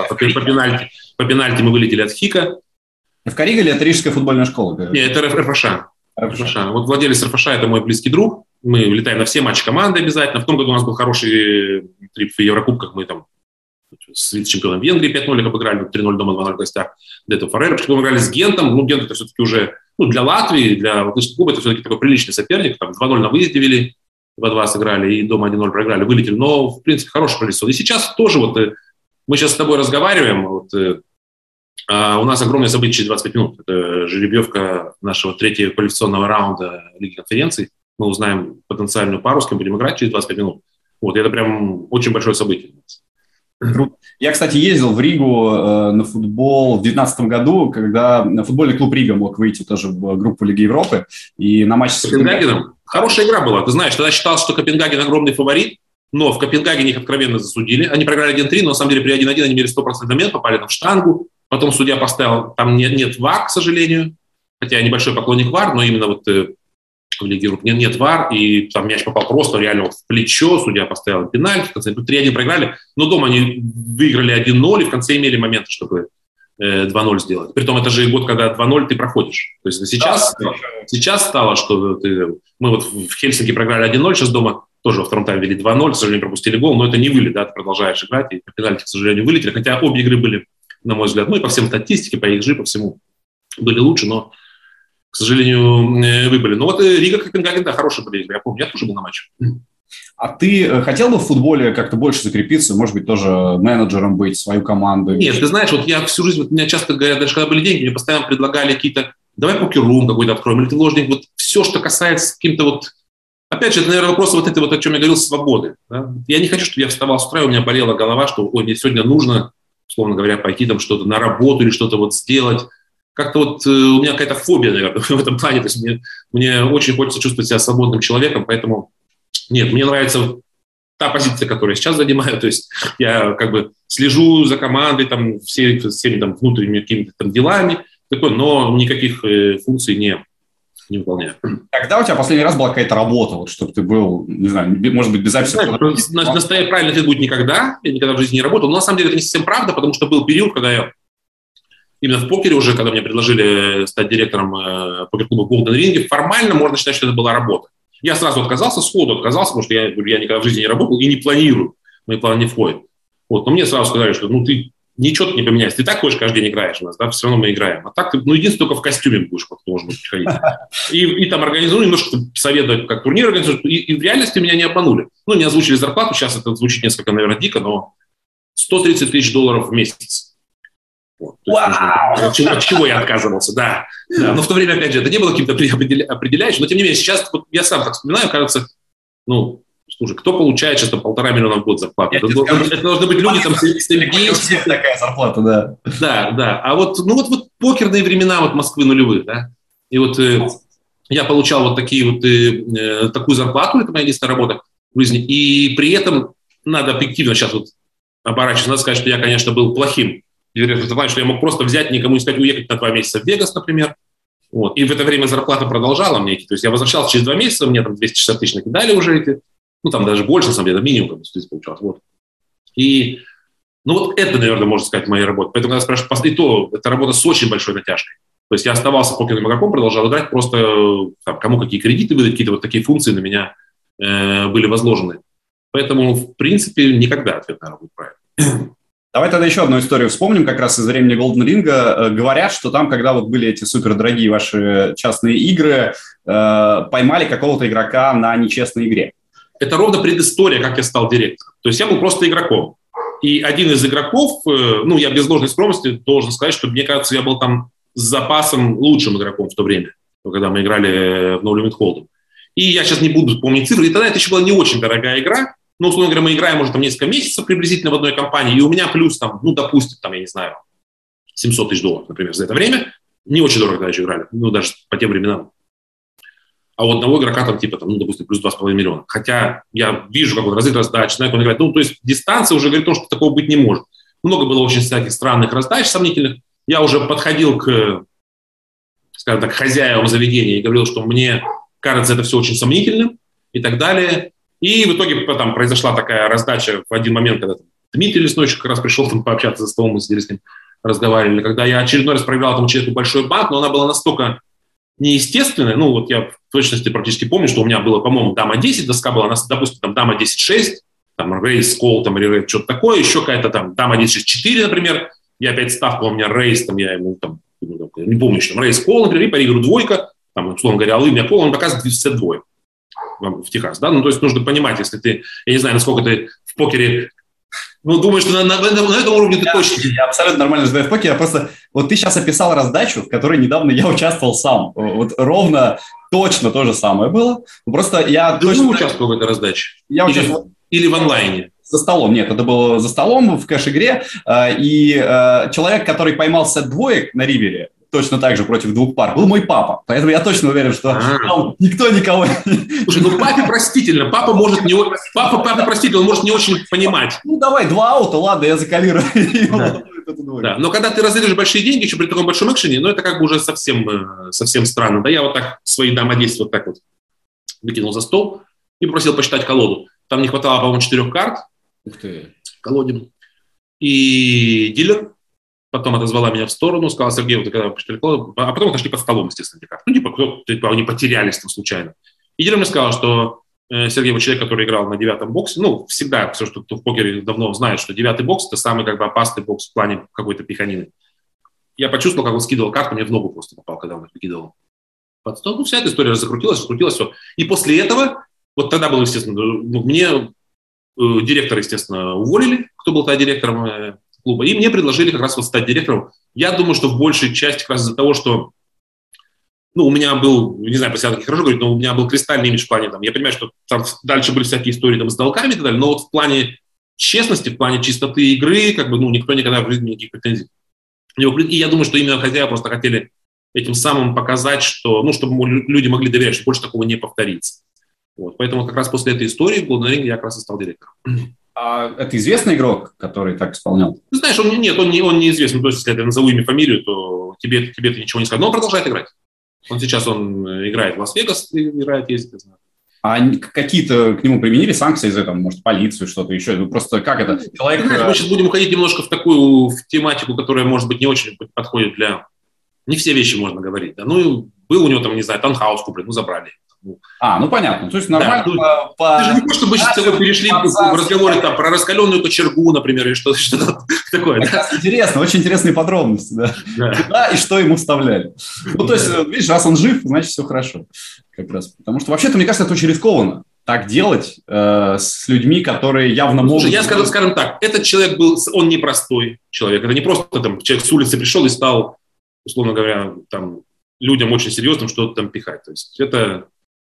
По пенальти мы вылетели от Хика. В Кариге или это Рижская футбольная школа? Нет, это РФШ. Вот владелец РФШ – это мой близкий друг. Мы летаем на все матчи команды обязательно. В том году у нас был хороший трип в Еврокубках. Мы там с вице-чемпионом Венгрии 5-0 обыграли, 3-0 дома, 2-0 в гостях. До этого Фарера. Потом играли с Гентом. Ну, Гент – это все-таки уже, ну, для Латвии, для латвийского клуба это все-таки такой приличный соперник. Там 2-0 на выезде вели, 2-2 сыграли и дома 1-0 проиграли, вылетели. Но, в принципе, хороший колесо. И сейчас тоже вот мы сейчас с тобой разговариваем. Вот, у нас огромное событие через 25 минут. Это жеребьевка нашего третьего квалификационного раунда Лиги конференций. Мы узнаем потенциальную пару, с кем будем играть через 25 минут. Вот, это прям очень большое событие. Я, кстати, ездил в Ригу на футбол в 2019 году, когда футбольный клуб Рига мог выйти тоже в группу Лиги Европы. И на матче с Копенгагеном. Хорошая игра была. Ты знаешь, тогда считалось, что Копенгаген огромный фаворит, но в Копенгагене их откровенно засудили. Они проиграли 1-3, но на самом деле при 1-1 они имели 100% момент, попали там в штангу. Потом судья поставил, там нет ВАР, к сожалению, хотя я небольшой поклонник ВАР, но именно вот в Лиге Европы нет ВАР, и там мяч попал просто реально вот в плечо, судья поставил пенальти, в конце 3-1 проиграли, но дома они выиграли 1-0 и в конце имели моменты, чтобы 2-0 сделать. Притом это же год, когда 2-0 ты проходишь. То есть сейчас стало, что мы вот в Хельсинки проиграли 1-0, сейчас дома тоже во втором тайме вели 2-0, к сожалению, пропустили гол, но это не вылет, да, ты продолжаешь играть, и по пенальти, к сожалению, вылетели, хотя обе игры были, на мой взгляд, ну и по всем статистике, по XG, по всему, были лучше, но, к сожалению, выбыли. Но вот Рига Копенгаген, да, хорошая была игра, я помню, я тоже был на матче. А ты хотел бы в футболе как-то больше закрепиться, может быть, тоже менеджером быть, свою команду? Нет, ты знаешь, вот я всю жизнь, вот меня часто говорят, даже когда были деньги, мне постоянно предлагали какие-то, давай покер-рум какой-то откроем, или ты ложник, вот все, что касается каким-то вот, опять же, это, наверное, вопрос вот этой вот, о чем я говорил, свободы. Да? Я не хочу, чтобы я вставал с утра, и у меня болела голова, что, ой, мне сегодня нужно, условно говоря, пойти там что-то на работу или что-то вот сделать. Как-то вот у меня какая-то фобия, наверное, в этом плане, то есть мне очень хочется чувствовать себя свободным человеком, поэтому нет, мне нравится та позиция, которую я сейчас занимаю, то есть я как бы слежу за командой, там, всеми там, внутренними какими-то там делами, такой, но никаких функций не выполняю. Когда у тебя последний раз была какая-то работа, вот, чтобы ты был, не знаю, может быть, без записи? Настоять правильно ответ будет никогда, я никогда в жизни не работал, но на самом деле это не совсем правда, потому что был период, когда я именно в покере уже, когда мне предложили стать директором покер-клуба Golden Ring, формально можно считать, что это была работа. Я сразу отказался, сходу отказался, потому что я никогда в жизни не работал и не планирую. Мои планы не входят. Вот. Но мне сразу сказали, что ты ничего не поменяется. Ты так хочешь, каждый день играешь у нас, да, все равно мы играем. А так ты, единственное, только в костюме будешь, может быть, ходить. И там организую, немножко советовать, как турнир организуют. И в реальности меня не обманули. Не озвучили зарплату, сейчас это звучит несколько, наверное, дико, но $130 тысяч в месяц. Вот, от чего я отказывался, да. Но в то время, опять же, это не было каким-то определяющим, но тем не менее, сейчас вот я сам так вспоминаю, кажется, слушай, кто получает сейчас там $1,5 миллиона в год зарплату? Это должны быть люди там с MBA. Такая зарплата, да. Да. А вот покерные времена вот Москвы нулевых, да, и вот я получал вот такую зарплату, это моя единственная работа в жизни, и при этом надо объективно сейчас вот оборачиваться, надо сказать, что я, конечно, был плохим. Что я мог просто взять, никому не сказать, уехать на 2 месяца в Вегас, например. Вот. И в это время зарплата продолжала мне идти. То есть я возвращался через 2 месяца, мне там 260 тысяч накидали уже эти. Там даже больше, на самом деле, минимум здесь получалось. Вот. И, вот это, наверное, можно сказать, моя работа. Поэтому, когда спрашивают, и то, это работа с очень большой натяжкой. То есть я оставался покерным игроком, продолжал играть, просто кому какие кредиты выдать, какие-то вот такие функции на меня были возложены. Поэтому, в принципе, никогда ответ на работу правильный. Давай тогда еще одну историю вспомним, как раз из времени Golden Ring. Говорят, что там, когда вот были эти супердорогие ваши частные игры, поймали какого-то игрока на нечестной игре. Это ровно предыстория, как я стал директором. То есть я был просто игроком. И один из игроков, я без ложной скромности должен сказать, что, мне кажется, я был там с запасом лучшим игроком в то время, когда мы играли в No Limit Hold'em. И я сейчас не буду помнить цифры. И тогда это еще была не очень дорогая игра. Условно говоря, мы играем уже там несколько месяцев приблизительно в одной компании, и у меня плюс там, допустим, там, я не знаю, $700 тысяч, например, за это время. Не очень дорого тогда еще играли, даже по тем временам. А у одного игрока там допустим, плюс $2,5 миллиона. Хотя я вижу, как он разыгрывает раздачи, как он играет. То есть дистанция уже говорит о том, что такого быть не может. Много было очень всяких странных раздач сомнительных. Я уже подходил к, скажем так, хозяевам заведения и говорил, что мне кажется это все очень сомнительным и так далее. И в итоге там произошла такая раздача в один момент, когда Дмитрий Леснойчик как раз пришел там пообщаться за столом, мы сидели с ним, разговаривали, когда я очередной раз проиграл этому человеку большой банк, но она была настолько неестественная, я в точности практически помню, что у меня было, по-моему, дама 10, доска была, допустим, там дама 10-6, там рейс, кол, там рейс, что-то такое, еще какая-то там дама 10-6-4, например, я опять ставка, у меня рейс, там я ему там, не помню, что там рейс, кол, например, и по игру двойка, там, условно говоря, алый, у меня кол, он показывает 52 в Техас, да, то есть нужно понимать, если ты, я не знаю, насколько ты в покере, думаешь, что на этом уровне ты точно. Я абсолютно нормально знаю в покере, просто вот ты сейчас описал раздачу, в которой недавно я участвовал сам, вот ровно точно то же самое было, просто я точно участвовал в этой раздаче? Или в онлайне? За столом, нет, это было за столом в кэш-игре, и человек, который поймал сет двоек на ривере, точно так же против 2 пар, был мой папа. Поэтому я точно уверен, что там никто никого... Слушай, папе простительно. Папа простительно, он может не очень понимать. Давай, 2 аута, ладно, я закалирую. Да. Но когда ты разыгрываешь большие деньги, еще при таком большом экшене, это как бы уже совсем странно. Да, я вот так свои дама 10 вот так вот выкинул за стол и попросил посчитать колоду. Там не хватало, по-моему, 4 карт. Ух ты. Колоде. И дилер потом отозвала меня в сторону, сказала: Сергей, вот когда пришли, а потом отошли под столом, естественно, эти карты. Ну, типа, они потерялись там случайно. И дилер мне сказал, что Сергей, вот человек, который играл на 9-м боксе, ну, всегда, все, что кто в покере давно знает, что 9-й бокс – это самый как бы опасный бокс в плане какой-то пиханины. Я почувствовал, как он скидывал карту, мне в ногу просто попал, когда он их выкидывал под стол. Ну, вся эта история закрутилась, все. И после этого, вот тогда было, естественно, мне директора, естественно, уволили, кто был тогда директором клуба, и мне предложили как раз вот стать директором. Я думаю, что в большей части как раз из-за того, что у меня был, не знаю, если я так хорошо говорю, но у меня был кристальный имидж в плане, там, я понимаю, что там дальше были всякие истории там, с долгами и так далее, но вот в плане честности, в плане чистоты игры, как бы, никто никогда в жизни никаких претензий не выполнял. И я думаю, что именно хозяева просто хотели этим самым показать, что, чтобы люди могли доверять, что больше такого не повторится. Вот. Поэтому как раз после этой истории в Golden Ring я как раз и стал директором. А это известный игрок, который так исполнял? Ты знаешь, он неизвестный. То есть, если я назову имя, фамилию, то тебе это ничего не скажет. Но он продолжает играть. Сейчас он играет в Лас-Вегас, играет, ездит, я знаю. А какие-то к нему применили санкции за это, может, полицию, что-то еще? Ну, просто как это? Человек... Знаешь, мы сейчас будем уходить немножко в тематику, которая, может быть, не очень подходит для... Не все вещи можно говорить. Да? Был у него там, не знаю, таунхаус куплен, забрали. Понятно. То есть нормально. Да, ты же не хочешь, чтобы мы сейчас перешли в разговоры там, про раскаленную кочергу, например, или что-то такое. Да? Интересно, очень интересные подробности. Да. Куда и что ему вставляли. То есть, видишь, раз он жив, значит, все хорошо. Как раз. Потому что вообще-то, мне кажется, это очень рискованно. Так делать с людьми, которые явно могут... Слушай, я скажем так, этот человек он непростой человек. Это не просто там человек с улицы пришел и стал, условно говоря, там, людям очень серьезным что-то там пихать. То есть это...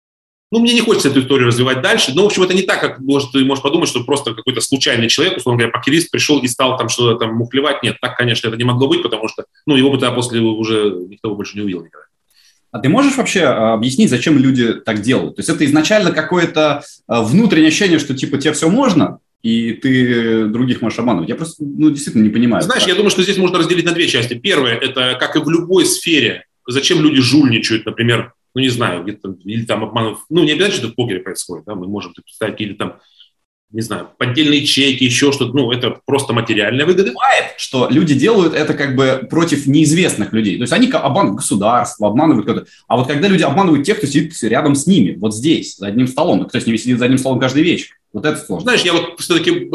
мне не хочется эту историю развивать дальше, но, в общем, это не так, как ты можешь подумать, что просто какой-то случайный человек, условно говоря, покерист пришел и стал там что-то там мухлевать. Нет, так, конечно, это не могло быть, потому что, его бы тогда после уже никто больше не увидел никогда. А ты можешь вообще объяснить, зачем люди так делают? То есть это изначально какое-то внутреннее ощущение, что типа тебе все можно, и ты других можешь обманывать? Я просто действительно не понимаю. Знаешь, я думаю, что здесь можно разделить на две части. Первое, это как и в любой сфере, зачем люди жульничают, например, не знаю, где-то, или там обманывают, не обязательно, что это в покере происходит, да, мы можем представить какие-то там, не знаю, поддельные чеки, еще что-то, это просто материальная выгода. Бывает, что люди делают это как бы против неизвестных людей, то есть они обманывают государство, обманывают кто-то, а вот когда люди обманывают тех, кто сидит рядом с ними, вот здесь, за одним столом, кто с ними сидит за одним столом каждый вечер, вот это сложно. Знаешь, я вот все-таки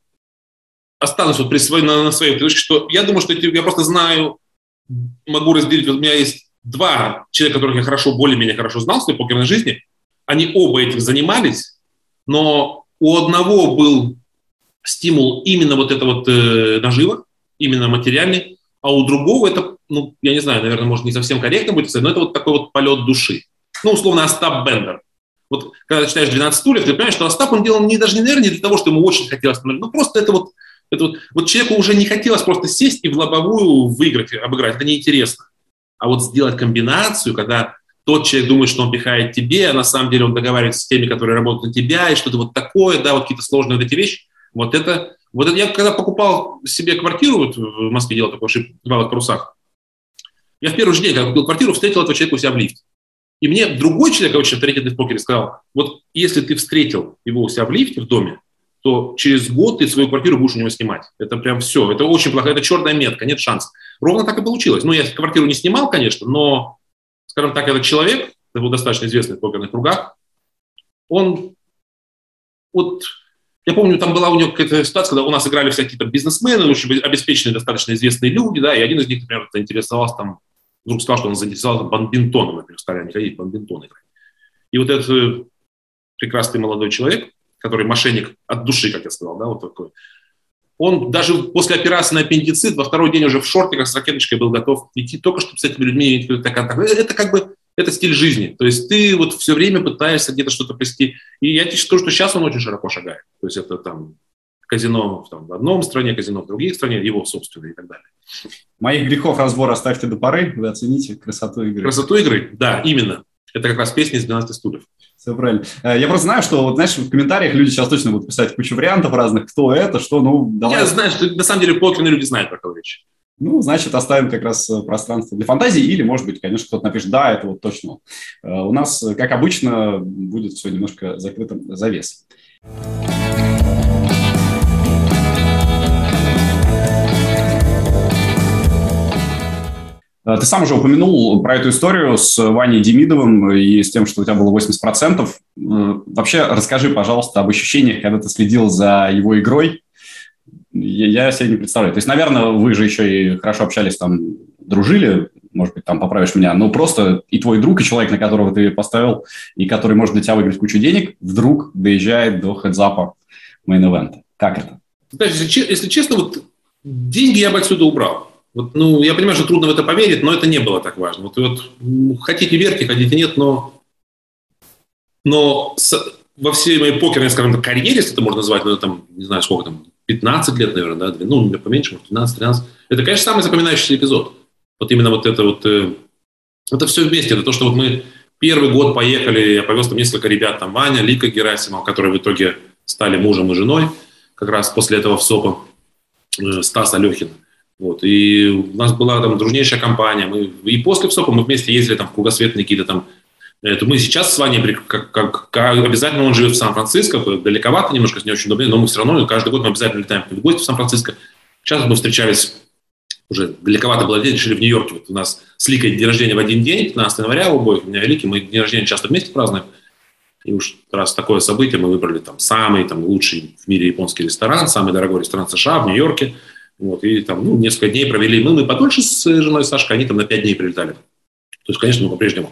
останусь на своей точке, что я думаю, что я просто знаю, могу разделить, у меня есть два человека, которых я более-менее хорошо знал в своей покерной жизни, они оба этим занимались, но у одного был стимул именно вот это вот нажива, именно материальный, а у другого это, я не знаю, наверное, может, не совсем корректно будет сказать, но это вот такой вот полет души. Условно, Остап Бендер. Вот когда читаешь «12 стульев», ты понимаешь, что Остап он делал даже, наверное, не для того, что ему очень хотелось, просто это вот человеку уже не хотелось просто сесть и в лобовую обыграть, это неинтересно. А вот сделать комбинацию, когда тот человек думает, что он пихает тебе, а на самом деле он договаривается с теми, которые работают на тебя, и что-то вот такое, да, вот какие-то сложные вот эти вещи. Вот это я когда покупал себе квартиру, в Москве делал такой ошибку, в Белых Парусах, я в первый же день, когда купил квартиру, встретил этого человека у себя в лифте. И мне другой человек, очень авторитетный в покере, сказал, вот если ты встретил его у себя в лифте в доме, то через год ты свою квартиру будешь у него снимать. Это прям все. Это очень плохо. Это черная метка, нет шансов. Ровно так и получилось. Я квартиру не снимал, конечно, но, скажем так, этот человек, это был достаточно известный в покерных кругах, он, я помню, там была у него какая-то ситуация, когда у нас играли всякие там бизнесмены, очень обеспеченные, достаточно известные люди, да, и один из них, например, заинтересовался там, вдруг сказал, что он заинтересовался бадминтоном, например, стали они ходить бадминтон играть. И вот этот прекрасный молодой человек, который мошенник от души, как я сказал, да, вот такой. Он даже после операции на аппендицит во второй день уже в шортиках с ракеточкой был готов идти, только чтобы с этими людьми иметь какой-то контакт. Это как бы, это стиль жизни. То есть ты вот все время пытаешься где-то что-то плести. И я тебе скажу, что сейчас он очень широко шагает. То есть это там казино там, в одном стране, казино в других стране, его собственные и так далее. Моих грехов разбор оставьте до поры, вы оцените красоту игры. Красоту игры, да, именно. Это как раз песня из «12 стульев». Все правильно. Я просто знаю, что, вот, знаешь, в комментариях люди сейчас точно будут писать кучу вариантов разных, кто это, что, давай. Я знаю, что на самом деле покерные люди знают, про кого речь. Значит, оставим как раз пространство для фантазии, или, может быть, конечно, кто-то напишет, да, это вот точно. У нас, как обычно, будет все немножко закрытым завесом. Ты сам уже упомянул про эту историю с Ваней Демидовым и с тем, что у тебя было 80%. Вообще расскажи, пожалуйста, об ощущениях, когда ты следил за его игрой. Я себе не представляю. То есть, наверное, вы же еще и хорошо общались, там, дружили, может быть, там поправишь меня, но просто и твой друг, и человек, на которого ты поставил, и который может для тебя выиграть кучу денег, вдруг доезжает до хедзапа мейн-эвента. Как это? Знаешь, если честно, вот деньги я бы отсюда убрал. Вот, ну, я понимаю, что трудно в это поверить, но это не было так важно. Вот хотите верьте, хотите нет, но во всей моей покерной, скажем так, карьере, если это можно назвать, ну, там, не знаю, сколько там, 15 лет, наверное, да, ну, поменьше, может, 12-13. Это, конечно, самый запоминающийся эпизод. Вот именно вот это вот, это все вместе. Это то, что вот мы первый год поехали, я повез там несколько ребят, там, Ваня, Лика Герасимов, которые в итоге стали мужем и женой, как раз после этого в СОПа, Стас Алехин. Вот, и у нас была там дружнейшая компания. И после ВСОПа мы вместе ездили там в кругосветные какие-то там. Это мы сейчас с Ваней, обязательно он живет в Сан-Франциско, далековато немножко, с не очень удобно, но мы все равно каждый год мы обязательно летаем в гости в Сан-Франциско. Сейчас мы встречались, уже далековато было, решили в Нью-Йорке. Вот у нас с Ликой день рождения в один день, 15 января у обоих, у меня и Лики, мы день рождения часто вместе празднуем. И уж раз такое событие мы выбрали там самый там, лучший в мире японский ресторан, самый дорогой ресторан США в Нью-Йорке. Вот, и там несколько дней провели. Мы подольше с женой Сашкой, они там на 5 дней прилетали. То есть, конечно, мы по-прежнему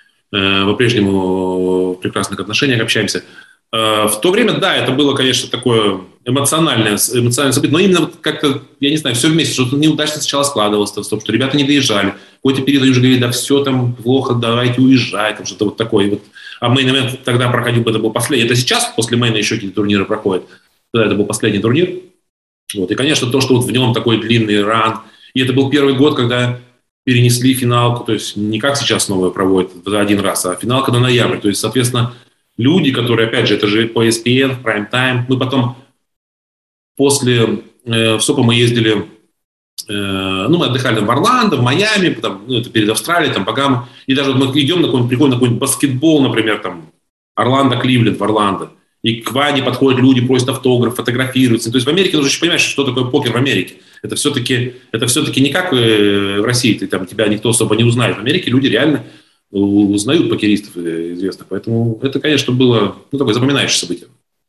в прекрасных отношениях общаемся. В то время, да, это было, конечно, такое эмоциональное событие, но именно вот как-то, я не знаю, все вместе, что-то неудачно сначала складывалось, что ребята не доезжали. Какой-то период они уже говорили, да все там плохо, давайте уезжать, там что-то вот такое. Вот. А мейн-эвент тогда проходил, это был последний. Это сейчас, после мейна еще какие-то турниры проходят. Тогда это был последний турнир. Вот. И, конечно, то, что вот в нем такой длинный ран. И это был первый год, когда перенесли финалку, то есть не как сейчас новое проводят один раз, а финалка на ноябрь. То есть, соответственно, люди, которые, опять же, это же по ESPN, в прайм-тайм. Мы потом после СОПа мы ездили, мы отдыхали в Орландо, в Майами, там, это перед Австралией, там, Багамы. И даже мы идем на какой-нибудь, приходим на какой-нибудь баскетбол, например, там, Орландо, Кливленд, в Орландо. И к Ване подходят люди, просят автограф, фотографируются. То есть в Америке нужно еще понимать, что такое покер в Америке. Это все-таки не как в России, тебя никто особо не узнает. В Америке люди реально узнают покеристов известных. Поэтому это, конечно, было такое запоминающее событие.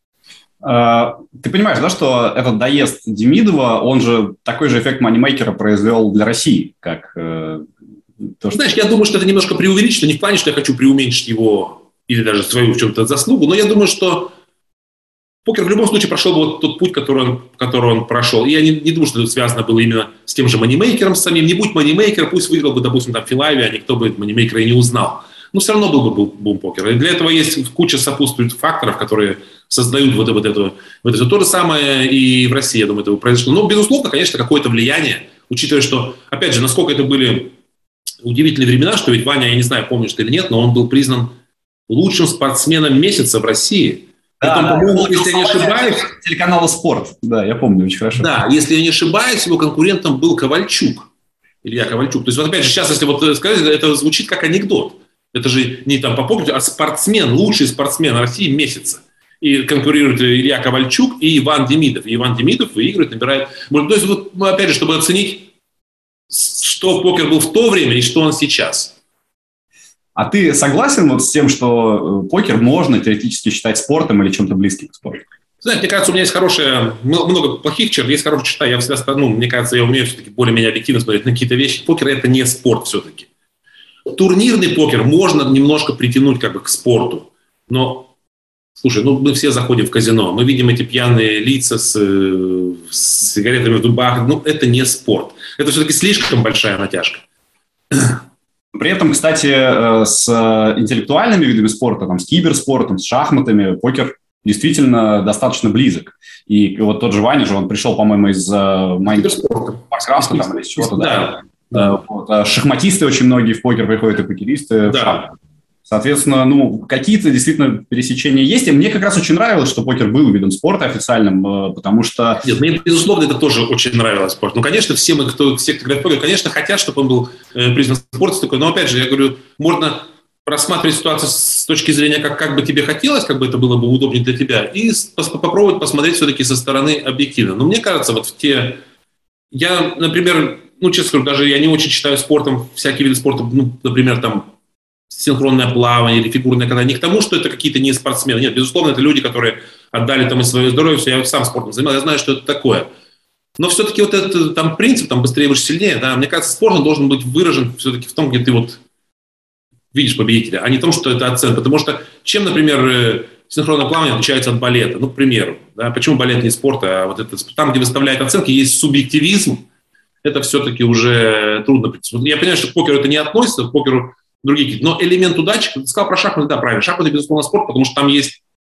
Ты понимаешь, да, что этот доезд Демидова, он же такой же эффект манимейкера произвел для России, как то, что... Знаешь, я думаю, что это немножко преувеличено. Не в плане, что я хочу преуменьшить его или даже свою в чем-то заслугу, но я думаю, что покер в любом случае прошел вот тот путь, который он прошел. И я не думаю, что это связано было именно с тем же манимейкером самим. Не будь манимейкер, пусть выиграл бы, допустим, там Филайви, а никто бы манимейкера и не узнал. Но все равно был бы бум покера. И для этого есть куча сопутствующих факторов, которые создают вот это. То же самое и в России, я думаю, это произошло. Но, безусловно, конечно, какое-то влияние, учитывая, что, опять же, насколько это были удивительные времена, что ведь Ваня, я не знаю, помнишь ты или нет, но он был признан лучшим спортсменом месяца в России. Да, притом, по-моему, если я не ошибаюсь... Телеканала «Спорт». Да, я помню очень хорошо. Да, если я не ошибаюсь, его конкурентом был Ковальчук. Илья Ковальчук. То есть, вот опять же, сейчас, если вот сказать, это звучит как анекдот. Это же не там по покеру, а спортсмен, лучший спортсмен России месяца. И конкурируют Илья Ковальчук и Иван Демидов. И Иван Демидов выигрывает, набирает... То есть, вот, опять же, чтобы оценить, что покер был в то время и что он сейчас. А ты согласен вот с тем, что покер можно теоретически считать спортом или чем-то близким к спорту? Знаете, мне кажется, у меня есть много плохих черт, есть хорошие черта. Я всегда, мне кажется, я умею все-таки более-менее объективно смотреть на какие-то вещи. Покер – это не спорт все-таки. Турнирный покер можно немножко притянуть как бы к спорту. Но, слушай, мы все заходим в казино, мы видим эти пьяные лица с сигаретами в зубах. Это не спорт. Это все-таки слишком большая натяжка. При этом, кстати, с интеллектуальными видами спорта, там, с киберспортом, с шахматами, покер действительно достаточно близок. И вот тот же Ваня же, он пришел, по-моему, из Майнкрафта там, или из чего-то. Да. Вот. Шахматисты очень многие в покер приходят, и покеристы в шахматы. Соответственно, какие-то действительно пересечения есть. И мне как раз очень нравилось, что покер был видом спорта официальным, потому что... Нет, мне, безусловно, это тоже очень нравилось спорт. Конечно, все, кто играет в покер, конечно, хотят, чтобы он был признан спортом. Но, опять же, я говорю, можно рассматривать ситуацию с точки зрения, как бы тебе хотелось, как бы это было бы удобнее для тебя, и попробовать посмотреть все-таки со стороны объективно. Но мне кажется, я, например, ну, честно скажу, даже я не очень считаю спортом всякие виды спорта, ну, например, там, синхронное плавание или фигурное катание, не к тому, что это какие-то не спортсмены. Нет, безусловно, это люди, которые отдали там и свое здоровье, все, я сам спортом занимался, я знаю, что это такое. Но все-таки вот этот там принцип, там быстрее, выше, сильнее, да, мне кажется, спорт он должен быть выражен все-таки в том, где ты вот видишь победителя, а не в том, что это оценка. Потому что чем, например, синхронное плавание отличается от балета? Ну, к примеру, да, почему балет не спорт, а вот это там, где выставляют оценки, есть субъективизм, это все-таки уже трудно. Я понимаю, что к покеру это не относится, к покеру другие какие-то. Но элемент удачи, ты сказал про шахматы, да, правильно. Шахматы, безусловно, спорт, потому что там есть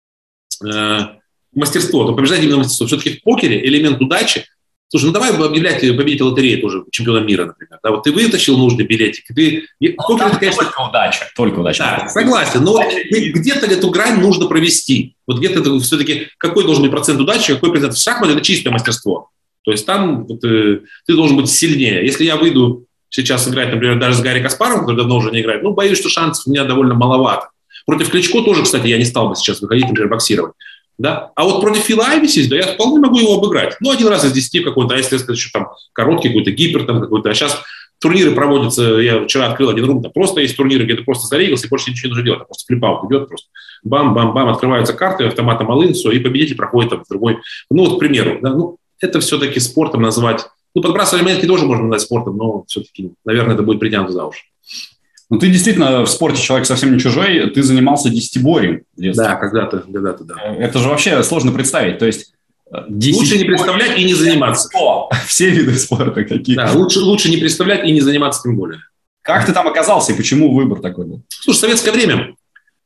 мастерство, то побеждать именно мастерство. Все-таки в покере элемент удачи. Слушай, ну давай объявлять победителя лотереи тоже, чемпиона мира, например. Да, вот ты вытащил нужный билетик. Покер, это, конечно, только удача. Да, согласен. Но где-то эту грань нужно провести. Вот где-то все-таки какой должен быть процент удачи, какой процент в шахмате, это чистое мастерство. То есть там вот, ты должен быть сильнее. Если я выйду сейчас играть, например, даже с Гарри Каспаровым, который давно уже не играет, ну, боюсь, что шансов у меня довольно маловато. Против Кличко тоже, кстати, я не стал бы сейчас выходить, например, боксировать. Да? А вот против Фила Айвиси, да, я вполне могу его обыграть. Ну, один раз из 10 какой-то, а если сказать, что там короткий какой-то, гипер там какой-то. А сейчас турниры проводятся, я вчера открыл один рум, там просто есть турниры, где ты просто зарегался, и больше ничего не нужно делать, а просто флип-аут идет, просто бам-бам-бам, открываются карты, автоматом all-in, все, и победитель проходит там в другой. Ну, вот, к примеру, да, ну, это все-таки спортом назвать. Ну, подбрасывание монетки тоже можно назвать спортом, но все-таки, наверное, это будет притянуто за уши. Ну, ты действительно в спорте человек совсем не чужой. Ты занимался десятиборьем в детстве. Да, когда-то, да. Это же вообще сложно представить. То есть лучше не представлять и не заниматься. Все виды спорта какие. Да, лучше не представлять и не заниматься тем более. Как ты там оказался и почему выбор такой был? Слушай, советское время.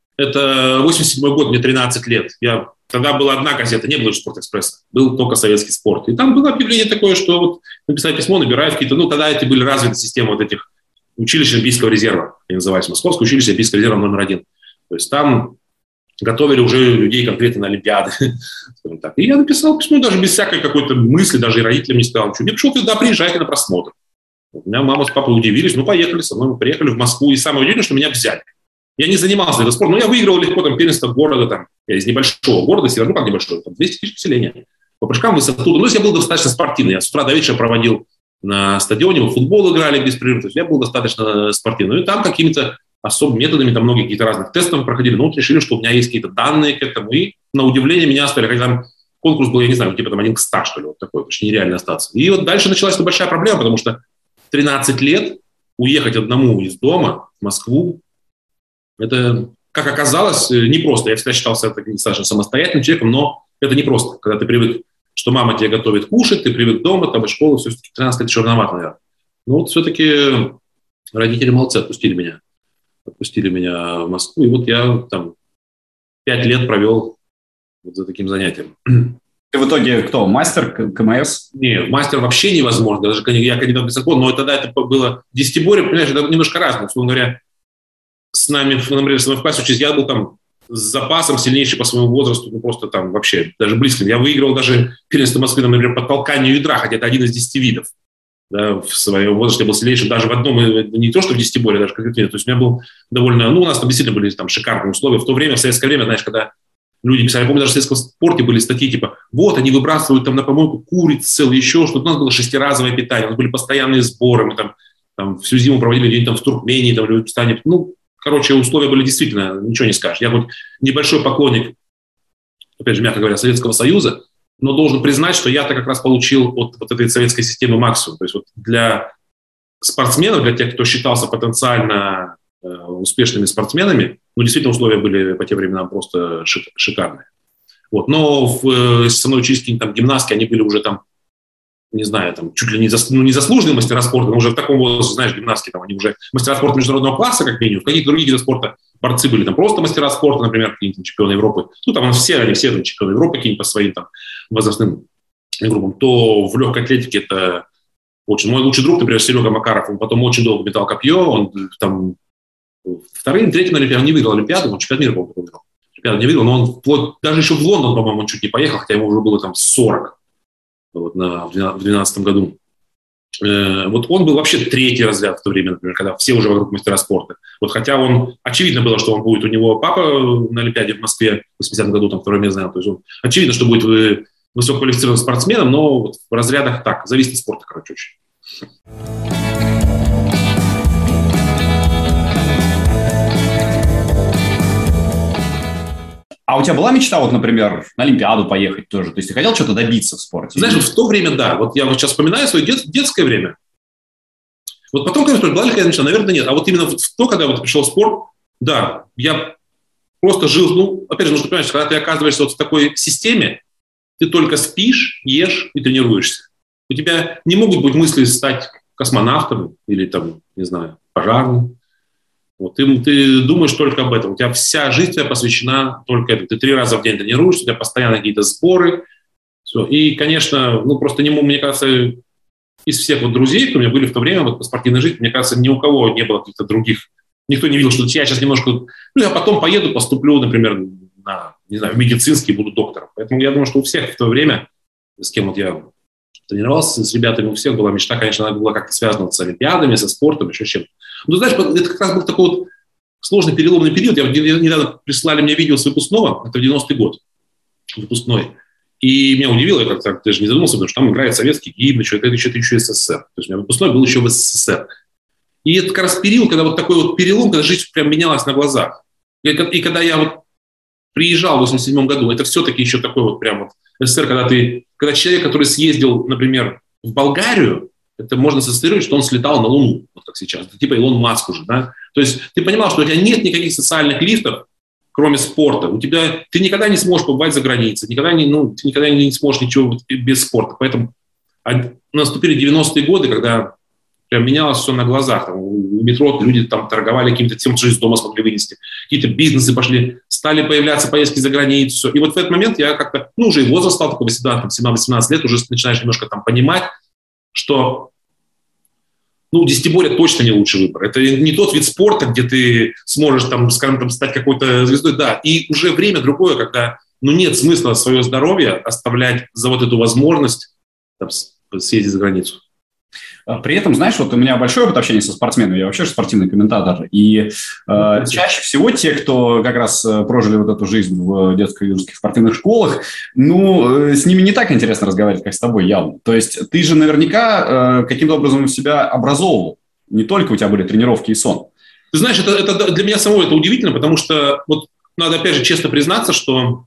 Это 87-й год, мне 13 лет. Тогда была одна газета, не было «Спортэкспресса», был только «Советский спорт». И там было объявление такое, что вот написать письмо, набирают какие-то, ну, тогда эти были развиты системы вот этих училищ Олимпийского резерва, они назывались Московское училище Олимпийского резерва номер 1. То есть там готовили уже людей конкретно на Олимпиады. Так. И я написал письмо даже без всякой какой-то мысли, даже и родителям не сказал ничего. Мне пришел, да, приезжайте на просмотр. У меня мама с папой удивились, ну, поехали со мной, мы приехали в Москву, и самое удивительное, что меня взяли. Я не занимался этим спортом, но я выиграл легко там первенство города, там, я из небольшого города, ну как небольшого, там 200 тысяч населения. По прыжкам в высоту, ну, я был достаточно спортивный, я с утра до вечера проводил на стадионе, мы в футбол играли беспрерывно, то есть я был достаточно спортивный. Ну и там какими-то особыми методами, там многие какие-то разных тестов проходили, ну вот решили, что у меня есть какие-то данные к этому, и на удивление меня оставили, хотя там конкурс был, я не знаю, типа там 1 к 100, что ли, вот такой, почти нереально остаться. И вот дальше началась большая проблема, потому что 13 лет уехать одному из дома в Москву, это, как оказалось, непросто. Я всегда считался достаточно самостоятельным человеком, но это непросто, когда ты привык, что мама тебе готовит кушать, ты привык дома, там из школы, все-таки 13 лет еще рановато, наверное. Но вот все-таки родители молодцы, отпустили меня в Москву, и вот я там 5 лет провел вот за таким занятием. Ты в итоге кто, мастер КМС? Нет, мастер вообще невозможно, даже я кандидат в высокон, но тогда это было десятиборье, понимаешь, это немножко разное, условно говоря. С нами в классе учились, я был там с запасом сильнейший по своему возрасту, ну просто там вообще, даже близко. Я выиграл даже первенство Москвы, например, по толканию ядра, хотя это один из 10 видов. Да, в своем возрасте я был сильнейший даже в одном, не то что в десятиборье, даже конкретно. То есть у меня был довольно, ну у нас там действительно были там шикарные условия. В то время, в советское время, знаешь, когда люди писали, я помню, даже в советском спорте были статьи типа, вот, они выбрасывают там на помойку куриц целый, еще что-то. У нас было 6-разовое питание, у нас были постоянные сборы, мы там всю зиму проводили день там в Туркмении, там, в Узбекистане, ну, короче, условия были действительно, ничего не скажешь. Я вот небольшой поклонник, опять же, мягко говоря, Советского Союза, но должен признать, что я-то как раз получил от вот этой советской системы максимум. То есть вот для спортсменов, для тех, кто считался потенциально успешными спортсменами, ну, действительно, условия были по тем временам просто шикарные. Вот. Но со мной учились какие-то там гимнастки, они были уже там, не знаю, там, чуть ли не заслуженные мастера спорта, но уже в таком возрасте, знаешь, гимнастки, там, они уже мастера спорта международного класса, как минимум. В каких-то других видах спорта борцы были там просто мастера спорта, например, какие-нибудь чемпионы Европы. Ну, там они все там чемпионы Европы какие-нибудь по своим там возрастным группам. То в легкой атлетике это очень... Мой лучший друг, например, Серега Макаров, он потом очень долго метал копье, он там вторым, третьим на Олимпиаду не выиграл Олимпиаду, он чемпионат мира, по-моему, выиграл. Олимпиаду не выиграл, но он вплоть, даже еще в Лондон, по-моему, он чуть не поехал, хотя ему уже было там 40. Вот в 2012 году. Вот он был вообще третий разряд в то время, например, когда все уже вокруг мастера спорта. Вот хотя очевидно было, что он будет, у него папа на Олимпиаде в Москве в 80-м году, там второе место занял, то есть очевидно, что будет высококвалифицированным спортсменом, но вот в разрядах так, зависит от спорта, короче, очень. А у тебя была мечта, вот, например, на Олимпиаду поехать тоже? То есть ты хотел что-то добиться в спорте? Знаешь, вот в то время, да. Вот я вот сейчас вспоминаю свое детское время. Вот потом, конечно, была ли какая-то мечта? Наверное, нет. А вот именно в то, когда вот пришел спорт, да, я просто жил, ну, опять же, нужно понимать, что когда ты оказываешься вот в такой системе, ты только спишь, ешь и тренируешься. У тебя не могут быть мысли стать космонавтом или, там, не знаю, пожарным. Вот, ты думаешь только об этом. У тебя вся жизнь тебя посвящена только этому. Ты 3 раза в день тренируешься, у тебя постоянно какие-то сборы. Все. И, конечно, ну, просто не, мне кажется, из всех вот друзей, кто у меня были в то время вот, по спортивной жизни, мне кажется, ни у кого не было каких-то других. Никто не видел, что я сейчас немножко... Ну, я потом поеду, поступлю, например, на, не знаю, в медицинский, буду доктором. Поэтому я думаю, что у всех в то время, с кем вот я тренировался, с ребятами, у всех была мечта, конечно, она была как-то связана с олимпиадами, со спортом, еще с чем-то. Ну, знаешь, это как раз был такой вот сложный переломный период. Недавно прислали мне видео с выпускного, это 90-й год, выпускной. И меня удивило, я как-то даже не задумался, потому что там играет советский гимн, это еще СССР. То есть у меня выпускной был еще в СССР. И это как раз период, когда вот такой вот перелом, когда жизнь прям менялась на глазах. И когда я вот приезжал в 87 году, это все-таки еще такой вот прям вот СССР, когда человек, который съездил, например, в Болгарию, это можно социировать, что он слетал на Луну, вот как сейчас. Это типа Илон Маск уже, да? То есть ты понимал, что у тебя нет никаких социальных лифтов, кроме спорта. Ты никогда не сможешь побывать за границей, ты никогда не сможешь ничего без спорта. Поэтому наступили 90-е годы, когда прям менялось все на глазах. Там, у метро люди там торговали каким-то тем, что из дома смогли вынести. Какие-то бизнесы пошли, стали появляться поездки за границу. И вот в этот момент я как-то, уже и возраст стал такой 17-18 лет, уже начинаешь немножко там понимать, что десятиборье точно не лучший выбор. Это не тот вид спорта, где ты сможешь, там, скажем, стать какой-то звездой. Да, и уже время другое, когда нет смысла свое здоровье оставлять за вот эту возможность там, съездить за границу. При этом, знаешь, вот у меня большой опыт общения со спортсменами, я вообще же спортивный комментатор, и чаще всего те, кто как раз прожили вот эту жизнь в детско-юношеских спортивных школах, с ними не так интересно разговаривать, как с тобой, явно. То есть ты же наверняка каким-то образом себя образовывал, не только у тебя были тренировки и сон. Ты знаешь, это для меня самого это удивительно, потому что вот надо, опять же, честно признаться, что,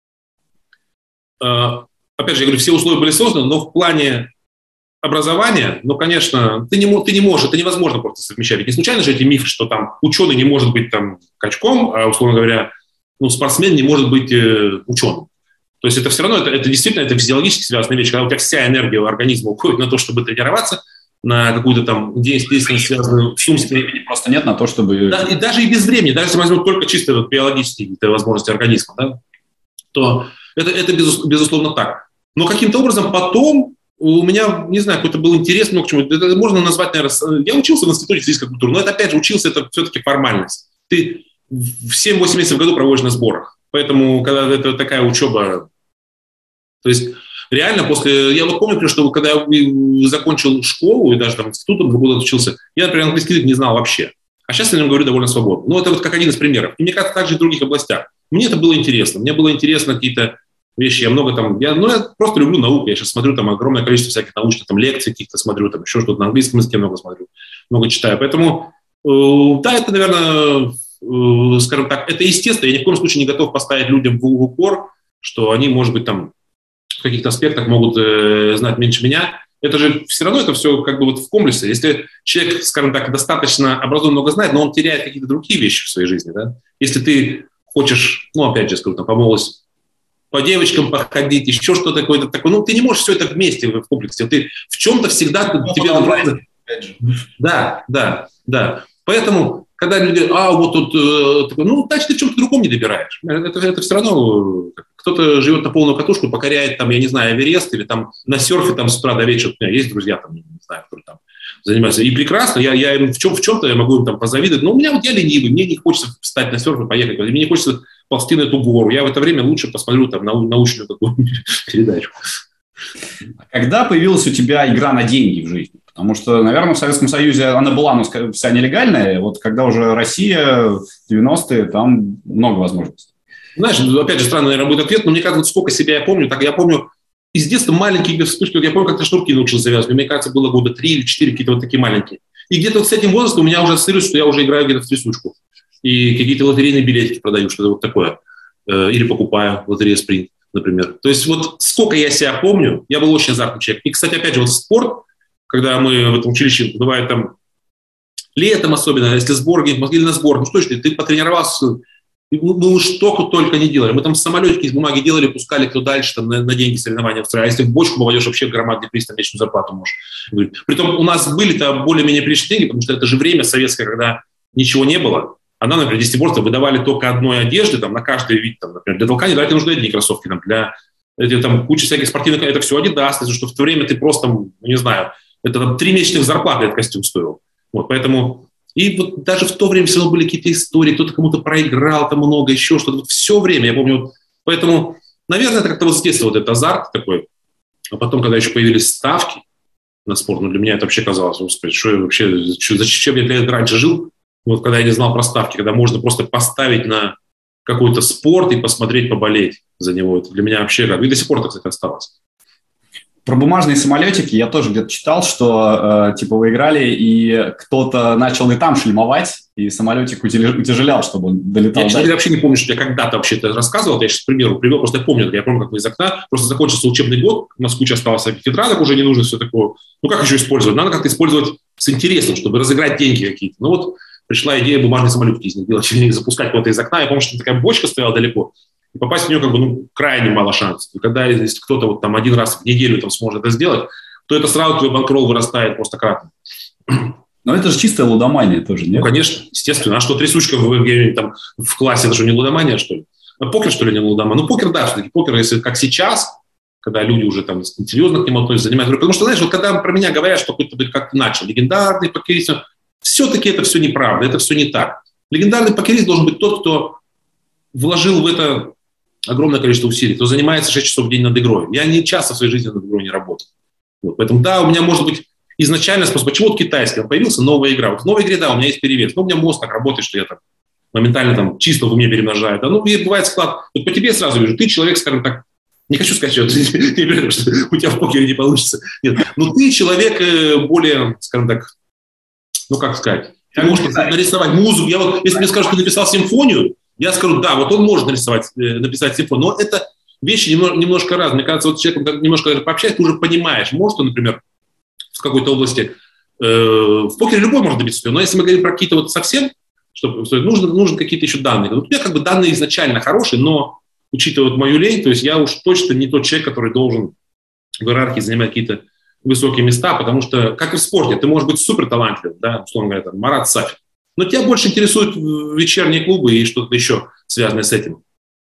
опять же, я говорю, все условия были созданы, но в плане образование, конечно, ты не можешь, это невозможно просто совмещать. Ведь не случайно же эти мифы, что там ученый не может быть там качком, а, условно говоря, спортсмен не может быть ученым. То есть это все равно, это действительно это физиологически связанная вещь, когда у тебя вся энергия организма уходит на то, чтобы тренироваться, на какую-то там деятельность, связанную с умственной. Времени просто нет на то, чтобы... Да, и даже и без времени, даже если возьмем только чисто биологические возможности организма, да, то это безусловно так. Но каким-то образом потом у меня, не знаю, какой-то был интерес много к чему. Это можно назвать, наверное... Я учился в институте физической культуры, но это, опять же, учился, это все-таки формальность. Ты в 7-8 месяцев в году проводишь на сборах. Поэтому, когда это такая учеба... То есть, реально, Я вот помню, что когда я закончил школу и даже там институт 2 года учился, я, например, английский язык не знал вообще. А сейчас я о нем говорю довольно свободно. Это вот как один из примеров. И мне кажется, также и в других областях. Мне это было интересно. Мне было интересно какие-то вещи, я много там, я просто люблю науку, я сейчас смотрю там огромное количество всяких научных там лекций каких-то смотрю, там еще что-то на английском языке много смотрю, много читаю, поэтому, да, это, наверное, скажем так, это естественно, я ни в коем случае не готов поставить людям в упор, что они, может быть, там в каких-то аспектах могут знать меньше меня, это же все равно это все как бы вот в комплексе, если человек, скажем так, достаточно образованно много знает, но он теряет какие-то другие вещи в своей жизни, да, если ты хочешь, опять же, скажу, там, по молодости, по девочкам походить, еще что-то такое. Ты не можешь все это вместе в комплексе. Ты в чем-то всегда тебе нравится. Да. Поэтому, когда люди говорят, вот тут, значит, ты в чем-то другом не добираешь. Это все равно кто-то живет на полную катушку, покоряет, там, я не знаю, Эверест или там на серфе там с утра до вечера. У меня есть друзья, там, не знаю, которые там занимаются. И прекрасно, я им в чем-то я могу им там позавидовать. Но у меня я ленивый, мне не хочется встать на серф и поехать. Мне не хочется ползти на эту гору. Я в это время лучше посмотрю там научную какую-нибудь передачу. Когда появилась у тебя игра на деньги в жизни? Потому что, наверное, в Советском Союзе она была, вся нелегальная. Вот когда уже Россия, 90-е, там много возможностей. Знаешь, опять же, странный, наверное, будет ответ, но мне кажется, сколько себя я помню, так я помню из детства маленькие вспышки. Вот я помню, как-то шнурки научился завязывать. Мне кажется, было года 3 или 4, какие-то вот такие маленькие. И где-то вот с этим возрастом у меня уже ассоциируется, что я уже играю где-то в трясучку. И какие-то лотерейные билетики продаю, что-то вот такое. Или покупаю лотерею «Спринт», например. То есть вот сколько я себя помню, я был очень азартный человек. И, кстати, опять же, вот спорт, когда мы в этом училище, бывает там летом особенно, если сбор где-нибудь, или на сбор, ну что ж ты потренировался, мы уж только не делали. Мы там самолетики из бумаги делали, пускали кто дальше там, на деньги соревнования в стране. А если в бочку попадешь, вообще громадный приз, там вечную зарплату можешь. Притом у нас были-то более-менее приличные деньги, потому что это же время советское, когда ничего не было. А нам, например, десятиборства выдавали только одной одежды там, на каждый вид. Там, например, для толкания давайте нужны одни кроссовки. Там, для там, кучи всяких спортивных, это все Adidas, что в то время ты просто, не знаю, это там 3 месячных зарплаты этот костюм стоил. Вот, поэтому... И вот даже в то время все равно были какие-то истории, кто-то кому-то проиграл, там много еще что-то. Вот все время, я помню. Поэтому, наверное, это как-то вот с детства вот этот азарт такой. А потом, когда еще появились ставки на спорт, ну, для меня это вообще казалось, господи, что я вообще, зачем я для этого раньше жил? Вот когда я не знал про ставки, когда можно просто поставить на какой-то спорт и посмотреть, поболеть за него. Это для меня вообще как... И до сих пор так, кстати, осталось. Про бумажные самолетики я тоже где-то читал, что типа вы играли, и кто-то начал и там шлемовать, и самолетик утяжелял, чтобы он долетал. Я вообще не помню, что я когда-то вообще это рассказывал. Я сейчас, к примеру, привел, просто я помню, как мы из окна, просто закончился учебный год, у нас куча осталось тетрадок, уже не нужно все такое. Ну, как еще использовать? Надо как-то использовать с интересом, чтобы разыграть деньги какие-то. Ну, вот пришла идея бумажные самолетики из них делать, или запускать куда-то из окна. Я помню, что такая бочка стояла далеко. И попасть в нее как бы, ну, крайне мало шансов. И когда если кто-то вот там один раз в неделю там сможет это сделать, то это сразу твой банкролл вырастает просто кратно. Но это же чистая лудомания тоже, нет? Ну, конечно, естественно. А что, трясучка там, в классе, это что, не лудомания, что ли? А покер, что ли, не лудомания? Ну, покер, да, все-таки покер, если как сейчас, когда люди уже там серьезно к нему относятся, занимаются. Потому что, знаешь, вот когда про меня говорят, что какой-то как ты начал, легендарный покерист, все-таки это все неправда, это все не так. Легендарный покерист должен быть тот, кто вложил в это огромное количество усилий, кто занимается 6 часов в день над игрой. Я не часто в своей жизни над игрой не работал. Вот, поэтому, да, у меня может быть изначально способ, почему вот китайский, появился новая игра. Вот в новой игре, да, у меня есть перевес, но у меня мозг так работает, что я там моментально там числа в уме перемножаю. Да, ну, и бывает склад. Вот по тебе сразу вижу, ты человек, скажем так, не хочу сказать, что у тебя в покере не получится. Нет, но ты человек более, скажем так, ну, как сказать, ты можешь нарисовать музыку. Я вот, если мне скажут, что ты написал симфонию, я скажу, да, вот он может написать симфонию, но это вещи немножко разные. Мне кажется, вот человек, когда немножко пообщается, ты уже понимаешь, может он, например, в какой-то области, в покере любой может добиться успеха, но если мы говорим про какие-то вот совсем, что нужны какие-то еще данные. Вот у меня как бы данные изначально хорошие, но учитывая вот мою лень, то есть я уж точно не тот человек, который должен в иерархии занимать какие-то высокие места, потому что, как и в спорте, ты можешь быть супер талантливым, да, условно говоря, там, Марат Сафин, но тебя больше интересуют вечерние клубы и что-то еще связанное с этим.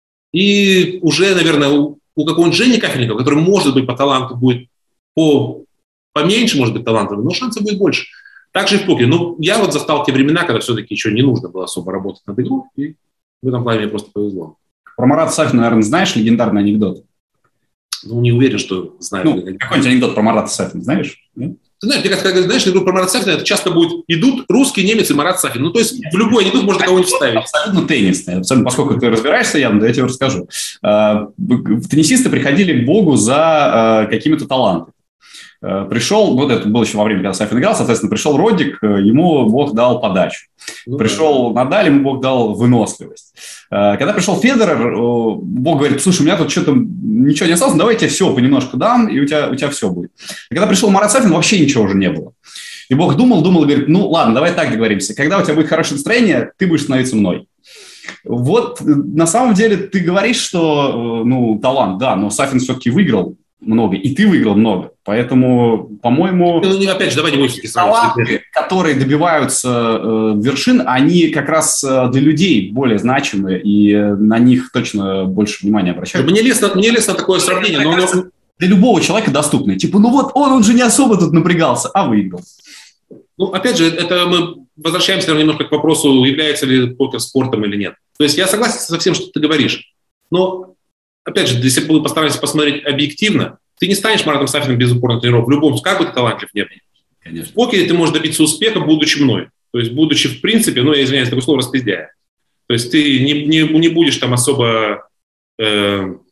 И уже, наверное, у какого-нибудь Жени Кафельникова, который, может быть, по таланту будет поменьше, может быть, талантливым, но шансов будет больше. Так же и в покере. Но я вот застал те времена, когда все-таки еще не нужно было особо работать над игрой, и в этом плане мне просто повезло. Про Марата Сафина, наверное, знаешь легендарный анекдот? Ну, не уверен, что знаю. Ну, какой-нибудь анекдот про Марата Сафина знаешь? Ты знаешь, мне кажется, когда знаешь, про Марата Сафина, это часто будет идут русские, немец и Марат Сафин. Ну, то есть в любой анекдот можно кого-нибудь вставить. Абсолютно теннисный. Абсолютно, поскольку ты разбираешься, я тебе расскажу. Теннисисты приходили к Богу за какими-то талантами. Пришел, вот это было еще во время, когда Сафин играл, соответственно, пришел Родик, ему Бог дал подачу. Пришел Надаль, ему Бог дал выносливость. Когда пришел Федерер, Бог говорит, слушай, у меня тут что-то ничего не осталось, давай я тебе все понемножку дам, и у тебя все будет. И когда пришел Марат Сафин, вообще ничего уже не было. И Бог думал и говорит, ну ладно, давай так договоримся. Когда у тебя будет хорошее настроение, ты будешь становиться мной. Вот на самом деле ты говоришь, что талант, да, но Сафин все-таки выиграл много, и ты выиграл много. Поэтому, по-моему, опять же, давай не будем таланты, которые добиваются вершин, они как раз для людей более значимы, и на них точно больше внимания обращают. Мне лестно такое сравнение, но для любого человека доступны. Типа, он же не особо тут напрягался, а выиграл. Ну, опять же, это мы возвращаемся немножко к вопросу, является ли покер спортом или нет. То есть я согласен со всем, что ты говоришь, но опять же, если мы постараемся посмотреть объективно, ты не станешь Маратом Сафиным без упорных тренировок. В любом, как бы ты талантлив не был. Конечно. В покере ты можешь добиться успеха, будучи мной. То есть, будучи, в принципе, я извиняюсь, такое слово, распиздяя. То есть, ты не будешь там особо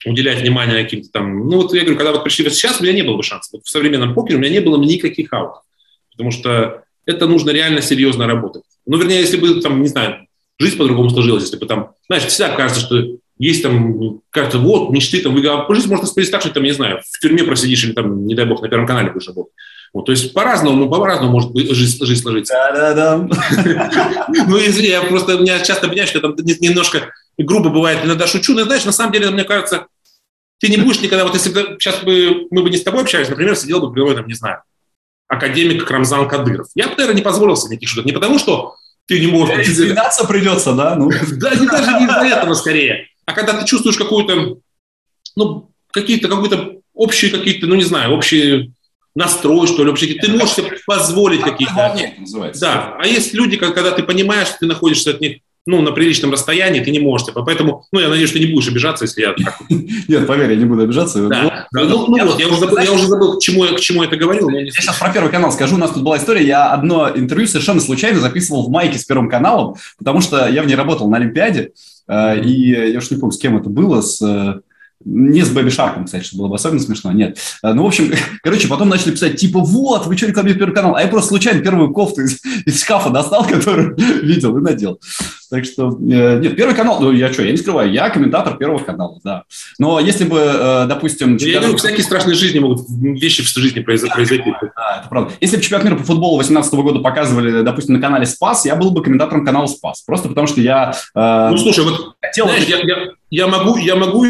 уделять внимание каким-то там... Ну, вот я говорю, когда вот пришли вот сейчас, у меня не было бы шансов. Вот в современном покере у меня не было никаких аутов. Потому что это нужно реально серьезно работать. Ну, вернее, если бы, там, не знаю, жизнь по-другому сложилась, если бы там... Знаешь, всегда кажется, что есть там как-то вот мечты, там, жизнь может распределиться так, что там, не знаю, в тюрьме просидишь или там, не дай бог, на Первом канале будешь работать. Вот, то есть по-разному может жизнь сложиться. Да-да-да. Ну, извини, я просто, меня часто понимаешь, что там немножко грубо бывает, иногда шучу, но, знаешь, на самом деле, мне кажется, ты не будешь никогда, вот если бы сейчас мы бы не с тобой общались, например, сидел бы при там, не знаю, академик Рамзан Кадыров. Я бы, наверное, не позволил себе никаких шуток. Не потому, что ты не можешь... Извиняться придется, да? Ну. Да, даже не из-за этого скорее. А когда ты чувствуешь какую-то, ну, какой-то общий, какие-то, ну, не знаю, общий настрой, что ли, вообще, ты можешь себе позволить какие-то... Да, а есть люди, когда ты понимаешь, что ты находишься от них, ну, на приличном расстоянии, ты не можешь. Поэтому, ну, я надеюсь, что ты не будешь обижаться, если я... Нет, поверь, я не буду обижаться. Да, вот, я уже забыл, к чему я это говорил. Я сейчас про Первый канал скажу. У нас тут была история, я одно интервью совершенно случайно записывал в майке с Первым каналом, потому что я в ней работал на Олимпиаде, и я уж не помню, с кем это было, не с Бэби Шарком, кстати, что было бы особенно смешно, нет. Ну, в общем, короче, потом начали писать, типа, вот, вы что рекламируете Первый канал? А я просто случайно первую кофту из шкафа достал, которую видел и надел. Так что, нет, Первый канал, ну, я не скрываю, я комментатор Первого канала, да. Но если бы, допустим... Я говорю, всякие страшные жизни могут, вещи в жизни произойти. Да, это правда. Если бы чемпионат мира по футболу 2018 года показывали, допустим, на канале «Спас», я был бы комментатором канала «Спас». Просто потому, что я... Ну, слушай, вот, знаешь, я могу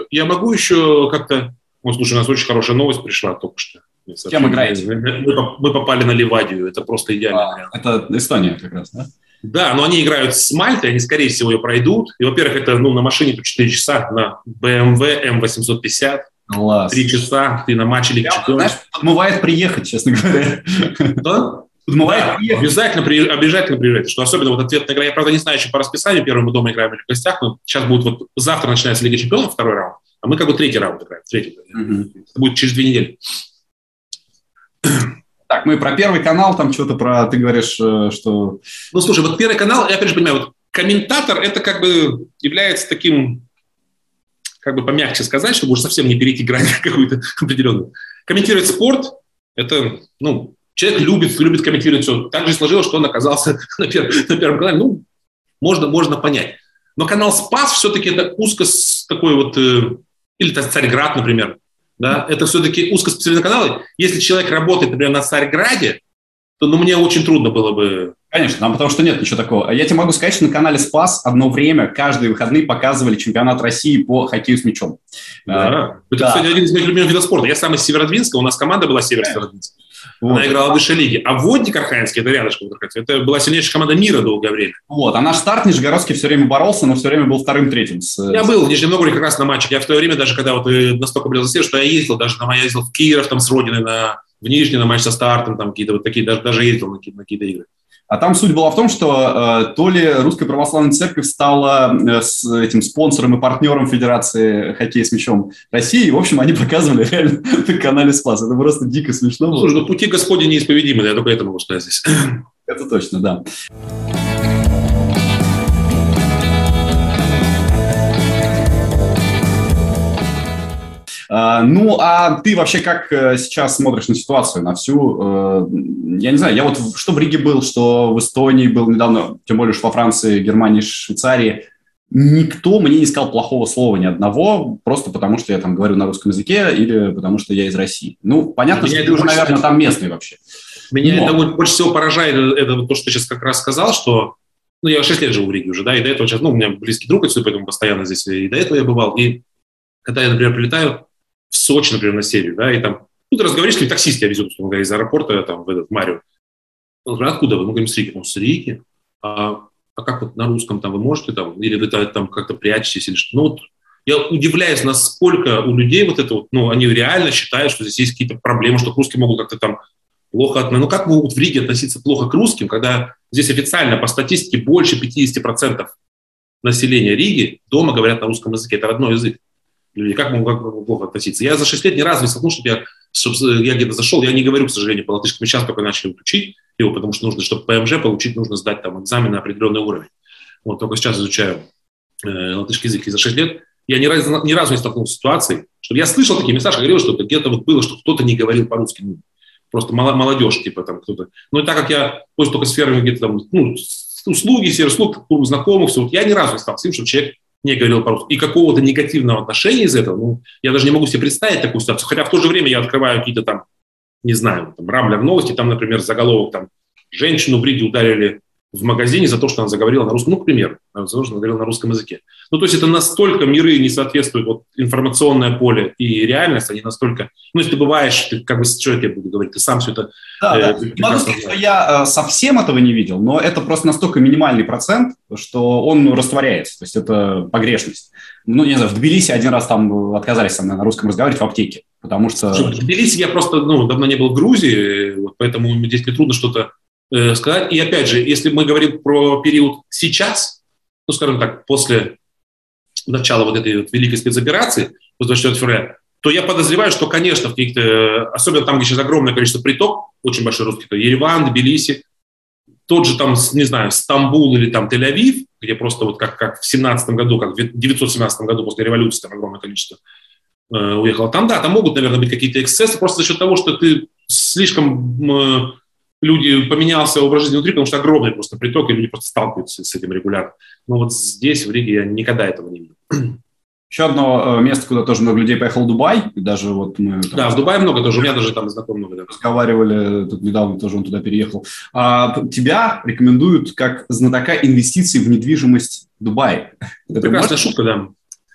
еще как-то... Вот, слушай, у нас очень хорошая новость пришла только что. С кем играете? Мы попали на Ливадию, это просто идеально. Это Эстония как раз, да? Да, но они играют с Мальтой, они, скорее всего, ее пройдут. И, во-первых, это на машине тут 4 часа, на BMW M850. Класс. 3 часа, ты на матче Лиги Чемпионов. Знаешь, подмывает приехать, честно говоря. Да? Подмывает приехать. Обязательно приезжайте. Что особенно вот ответная игра. Я, правда, не знаю еще по расписанию. Первый мы дома играем в гостях, но сейчас будет вот завтра начинается Лига Чемпионов, второй раунд, а мы как бы третий раунд играем. Это будет через 2 недели. Так, мы про Первый канал, там что-то про, ты говоришь, что... Ну, слушай, вот Первый канал, я, опять же, понимаю, вот комментатор, это как бы является таким, как бы помягче сказать, чтобы уж совсем не перейти грань какую-то определенную. Комментировать спорт, это, ну, человек любит комментировать все. Так же сложилось, что он оказался на Первом канале. Ну, можно понять. Но канал «Спас» все-таки это узко такой вот, или «Царьград», например. Да, это все-таки узкоспециализированные каналы. Если человек работает, например, на Царьграде, то мне очень трудно было бы... Конечно, потому что нет ничего такого. Я тебе могу сказать, что на канале «Спас» одно время каждые выходные показывали чемпионат России по хоккею с мячом. Да. Это, кстати, один из моих любимых видов спорта. Я сам из Северодвинска, у нас команда была Северодвинска. Вот. Она играла в высшей лиге. А Водник Архангельский, это рядышком, это была сильнейшая команда мира долгое время. Вот. А наш старт Нижегородский все время боролся, но все время был вторым-третьим. Я был в Нижнем Новгороде как раз на матчах. Я в то время, даже когда вот настолько болел за Север, что я ездил, даже я ездил в Киров там с родины, в Нижний на матч со стартом, там какие-то вот такие, даже ездил на какие-то игры. А там суть была в том, что то ли Русская Православная Церковь стала этим спонсором и партнером Федерации хоккея с мячом России. И, в общем, они показывали реально на канале «Спас». Это просто дико смешно было. Слушай, пути Господи неисповедимы, я только это могу сказать здесь. Это точно, да. Ну, а ты вообще как сейчас смотришь на ситуацию, на всю? Я не знаю, я вот что в Риге был, что в Эстонии был недавно, тем более, что во Франции, Германии, Швейцарии. Никто мне не сказал плохого слова ни одного, просто потому что я там говорю на русском языке или потому что я из России. Ну, понятно, что ты уже, наверное, там местный вообще. Меня это больше всего поражает, это то, что ты сейчас как раз сказал, что... Ну, я 6 лет живу в Риге уже, да, и до этого сейчас... Ну, у меня близкий друг отсюда, поэтому постоянно здесь и до этого я бывал. И когда я, например, прилетаю в Сочи, например, на серию, да, и там, ну, ты разговариваешь с каким-то таксист, я везу, из аэропорта, там, в этот Марио. Он говорит, откуда вы? Мы говорим, с Риги. Он с Риги? А как вот на русском там вы можете, там, или вы там как-то прячетесь, или что? Ну, вот я удивляюсь, насколько у людей вот это вот, ну, они реально считают, что здесь есть какие-то проблемы, что русские могут как-то там плохо относиться. Ну, как могут в Риге относиться плохо к русским, когда здесь официально по статистике больше 50% населения Риги дома говорят на русском языке, это родной язык. Люди, как могут плохо относиться? Я за 6 лет ни разу не столкнулся, чтобы я где-то зашел, я не говорю, к сожалению, по-латышски, мы сейчас только начали учить его, потому что нужно, чтобы ПМЖ получить, нужно сдать там экзамен на определенный уровень. Вот только сейчас изучаю латышский язык, и за 6 лет Я ни разу не столкнулся с ситуацией, что я слышал такие места, говорил, что где-то вот было, что кто-то не говорил по-русски. Ну, просто молодежь, типа там кто-то. Ну и так как я пользуюсь только сферами где-то там, ну, услуги, сферы услуг, знакомых, все, вот я ни разу не стал с тем, что человек не говорил по-русски. И какого-то негативного отношения из этого, ну, я даже не могу себе представить такую ситуацию. Хотя в то же время я открываю какие-то там, не знаю, там, Рамблер новости, там, например, заголовок, там, женщину в Риге ударили в магазине за то, что она заговорила на русском, ну, к примеру, за то, что она говорила на русском языке. Ну, то есть это настолько миры не соответствуют, вот, информационное поле и реальность, они настолько... Ну, если ты бываешь, ты как бы, что я тебе буду говорить, ты сам все это... Да. Не могу сказать, что я совсем этого не видел, но это просто настолько минимальный процент, что он растворяется, то есть это погрешность. Ну, не знаю, в Тбилиси один раз там отказались со мной на русском разговаривать в аптеке, потому что... В Тбилиси я просто, давно не был в Грузии, вот, поэтому здесь мне трудно что-то сказать. И опять же, если мы говорим про период сейчас, ну, скажем так, после начала вот этой вот великой спецоперации, после 24 февраля, то я подозреваю, что, конечно, в каких-то, особенно там, где сейчас огромное количество приток, очень большой русский, то Ереван, Тбилиси, тот же там, не знаю, Стамбул или там Тель-Авив, где просто вот как в 17 году, как в 917 году после революции там огромное количество уехало. Там, да, там могут, наверное, быть какие-то эксцессы просто за счет того, что ты слишком... люди поменялся образ жизни внутри, потому что огромный просто приток, и люди просто сталкиваются с этим регулярно. Но вот здесь, в Риге, я никогда этого не видел. Еще одно место, куда тоже много людей поехал, Дубай. И даже вот мы... Да, в Дубае много тоже. У меня даже там знакомых много. Да. Разговаривали, тут недавно тоже он туда переехал. Тебя рекомендуют как знатока инвестиций в недвижимость Дубая. Прекрасная шутка, да.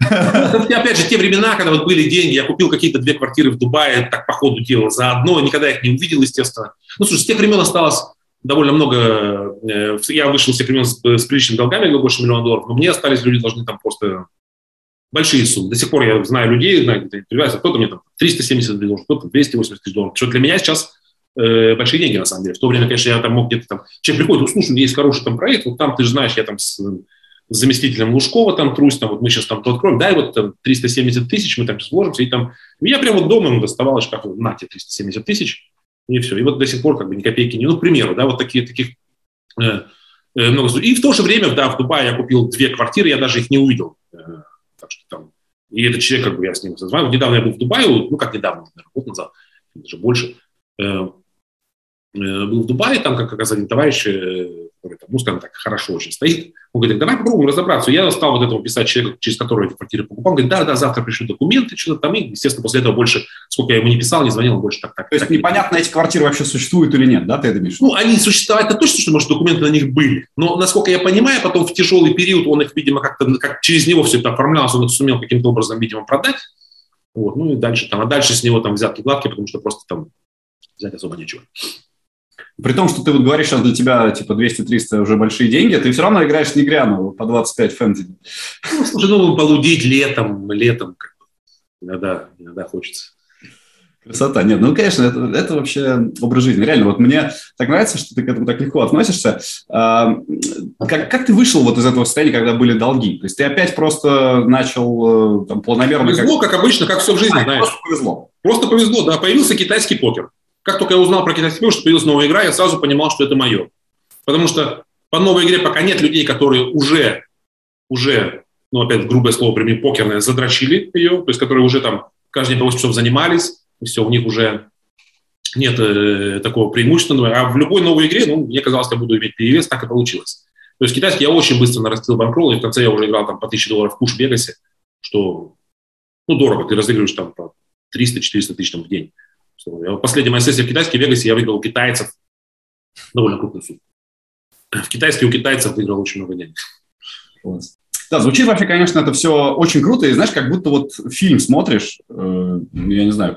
Опять же, те времена, когда вот были деньги, я купил какие-то 2 квартиры в Дубае, так по ходу дела, заодно, никогда их не увидел, естественно. Ну, слушай, с тех времен осталось довольно много, я вышел с тех времен с приличными долгами, больше $1 миллиона, но мне остались люди должны там просто большие суммы. До сих пор я знаю людей, кто-то мне там 370 тысяч долларов, кто-то 280 тысяч долларов, что для меня сейчас большие деньги, на самом деле. В то время, конечно, я там мог где-то там, человек приходит, слушай, есть хороший там проект, вот там, ты же знаешь, я там с заместителем Лужкова там трусь, там, вот мы сейчас там то откроем, дай вот там 370 тысяч, мы там сложимся, и там, я прямо вот дома ему доставал шкаф, на тебе 370 тысяч, и все, и вот до сих пор как бы ни копейки не, ну, к примеру, да, вот таких много. И в то же время, да, в Дубае я купил 2 квартиры, я даже их не увидел, так что там, и этот человек, как бы я с ним созванивал, недавно я был в Дубае, ну, как недавно, наверное, год назад, даже больше, был в Дубае, там как раз один товарищ, который, там, ну, скажем так, хорошо очень стоит. Он говорит, давай попробуем разобраться. Я стал вот этого писать человеку, через которого эти квартиры покупал. Он говорит, да, завтра пришлю документы, что-то там. И, естественно, после этого больше, сколько я ему не писал, не звонил, он больше так. То есть непонятно, эти квартиры вообще существуют или нет, да, ты это имеешь? Ну, они существовали, это точно, что, может, документы на них были. Но, насколько я понимаю, потом в тяжелый период он их, видимо, как через него все это оформлялось, он их сумел каким-то образом, видимо, продать. Вот, ну и дальше там, а дальше с него там взятки гладкие, потому что просто там взять особо нечего. При том, что ты вот говоришь, сейчас для тебя типа 200-300 уже большие деньги, ты все равно играешь не Негряну по 25 фэнтези. Ну, слушай, полудеть летом как бы, иногда хочется. Красота. Нет, ну, конечно, это вообще образ жизни. Реально, вот мне так нравится, что ты к этому так легко относишься. Как ты вышел вот из этого состояния, когда были долги? То есть ты опять просто начал там планомерно... Повезло, как обычно, как все в жизни, знаешь. Просто повезло. Просто повезло, да. Появился китайский покер. Как только я узнал про китайский покер, что появилась новая игра, я сразу понимал, что это мое. Потому что по новой игре пока нет людей, которые уже, ну, опять грубое слово, примем, покерное, задрочили ее, то есть которые уже там каждый день по 8 часов занимались, и все, у них уже нет такого преимущества. А в любой новой игре, ну, мне казалось, я буду иметь перевес, так и получилось. То есть китайский я очень быстро нарастил банкролл, и в конце я уже играл там по $1000 в пуш в Вегасе, что, ну, дорого, ты разыгрываешь там по 300-400 тысяч там в день. Последняя моя сессия в китайской в Вегасе, я выиграл у китайцев довольно крупную сумму. В китайской у китайцев выиграл очень много денег. Да, звучит вообще, конечно, это все очень круто. И знаешь, как будто вот фильм смотришь, я не знаю,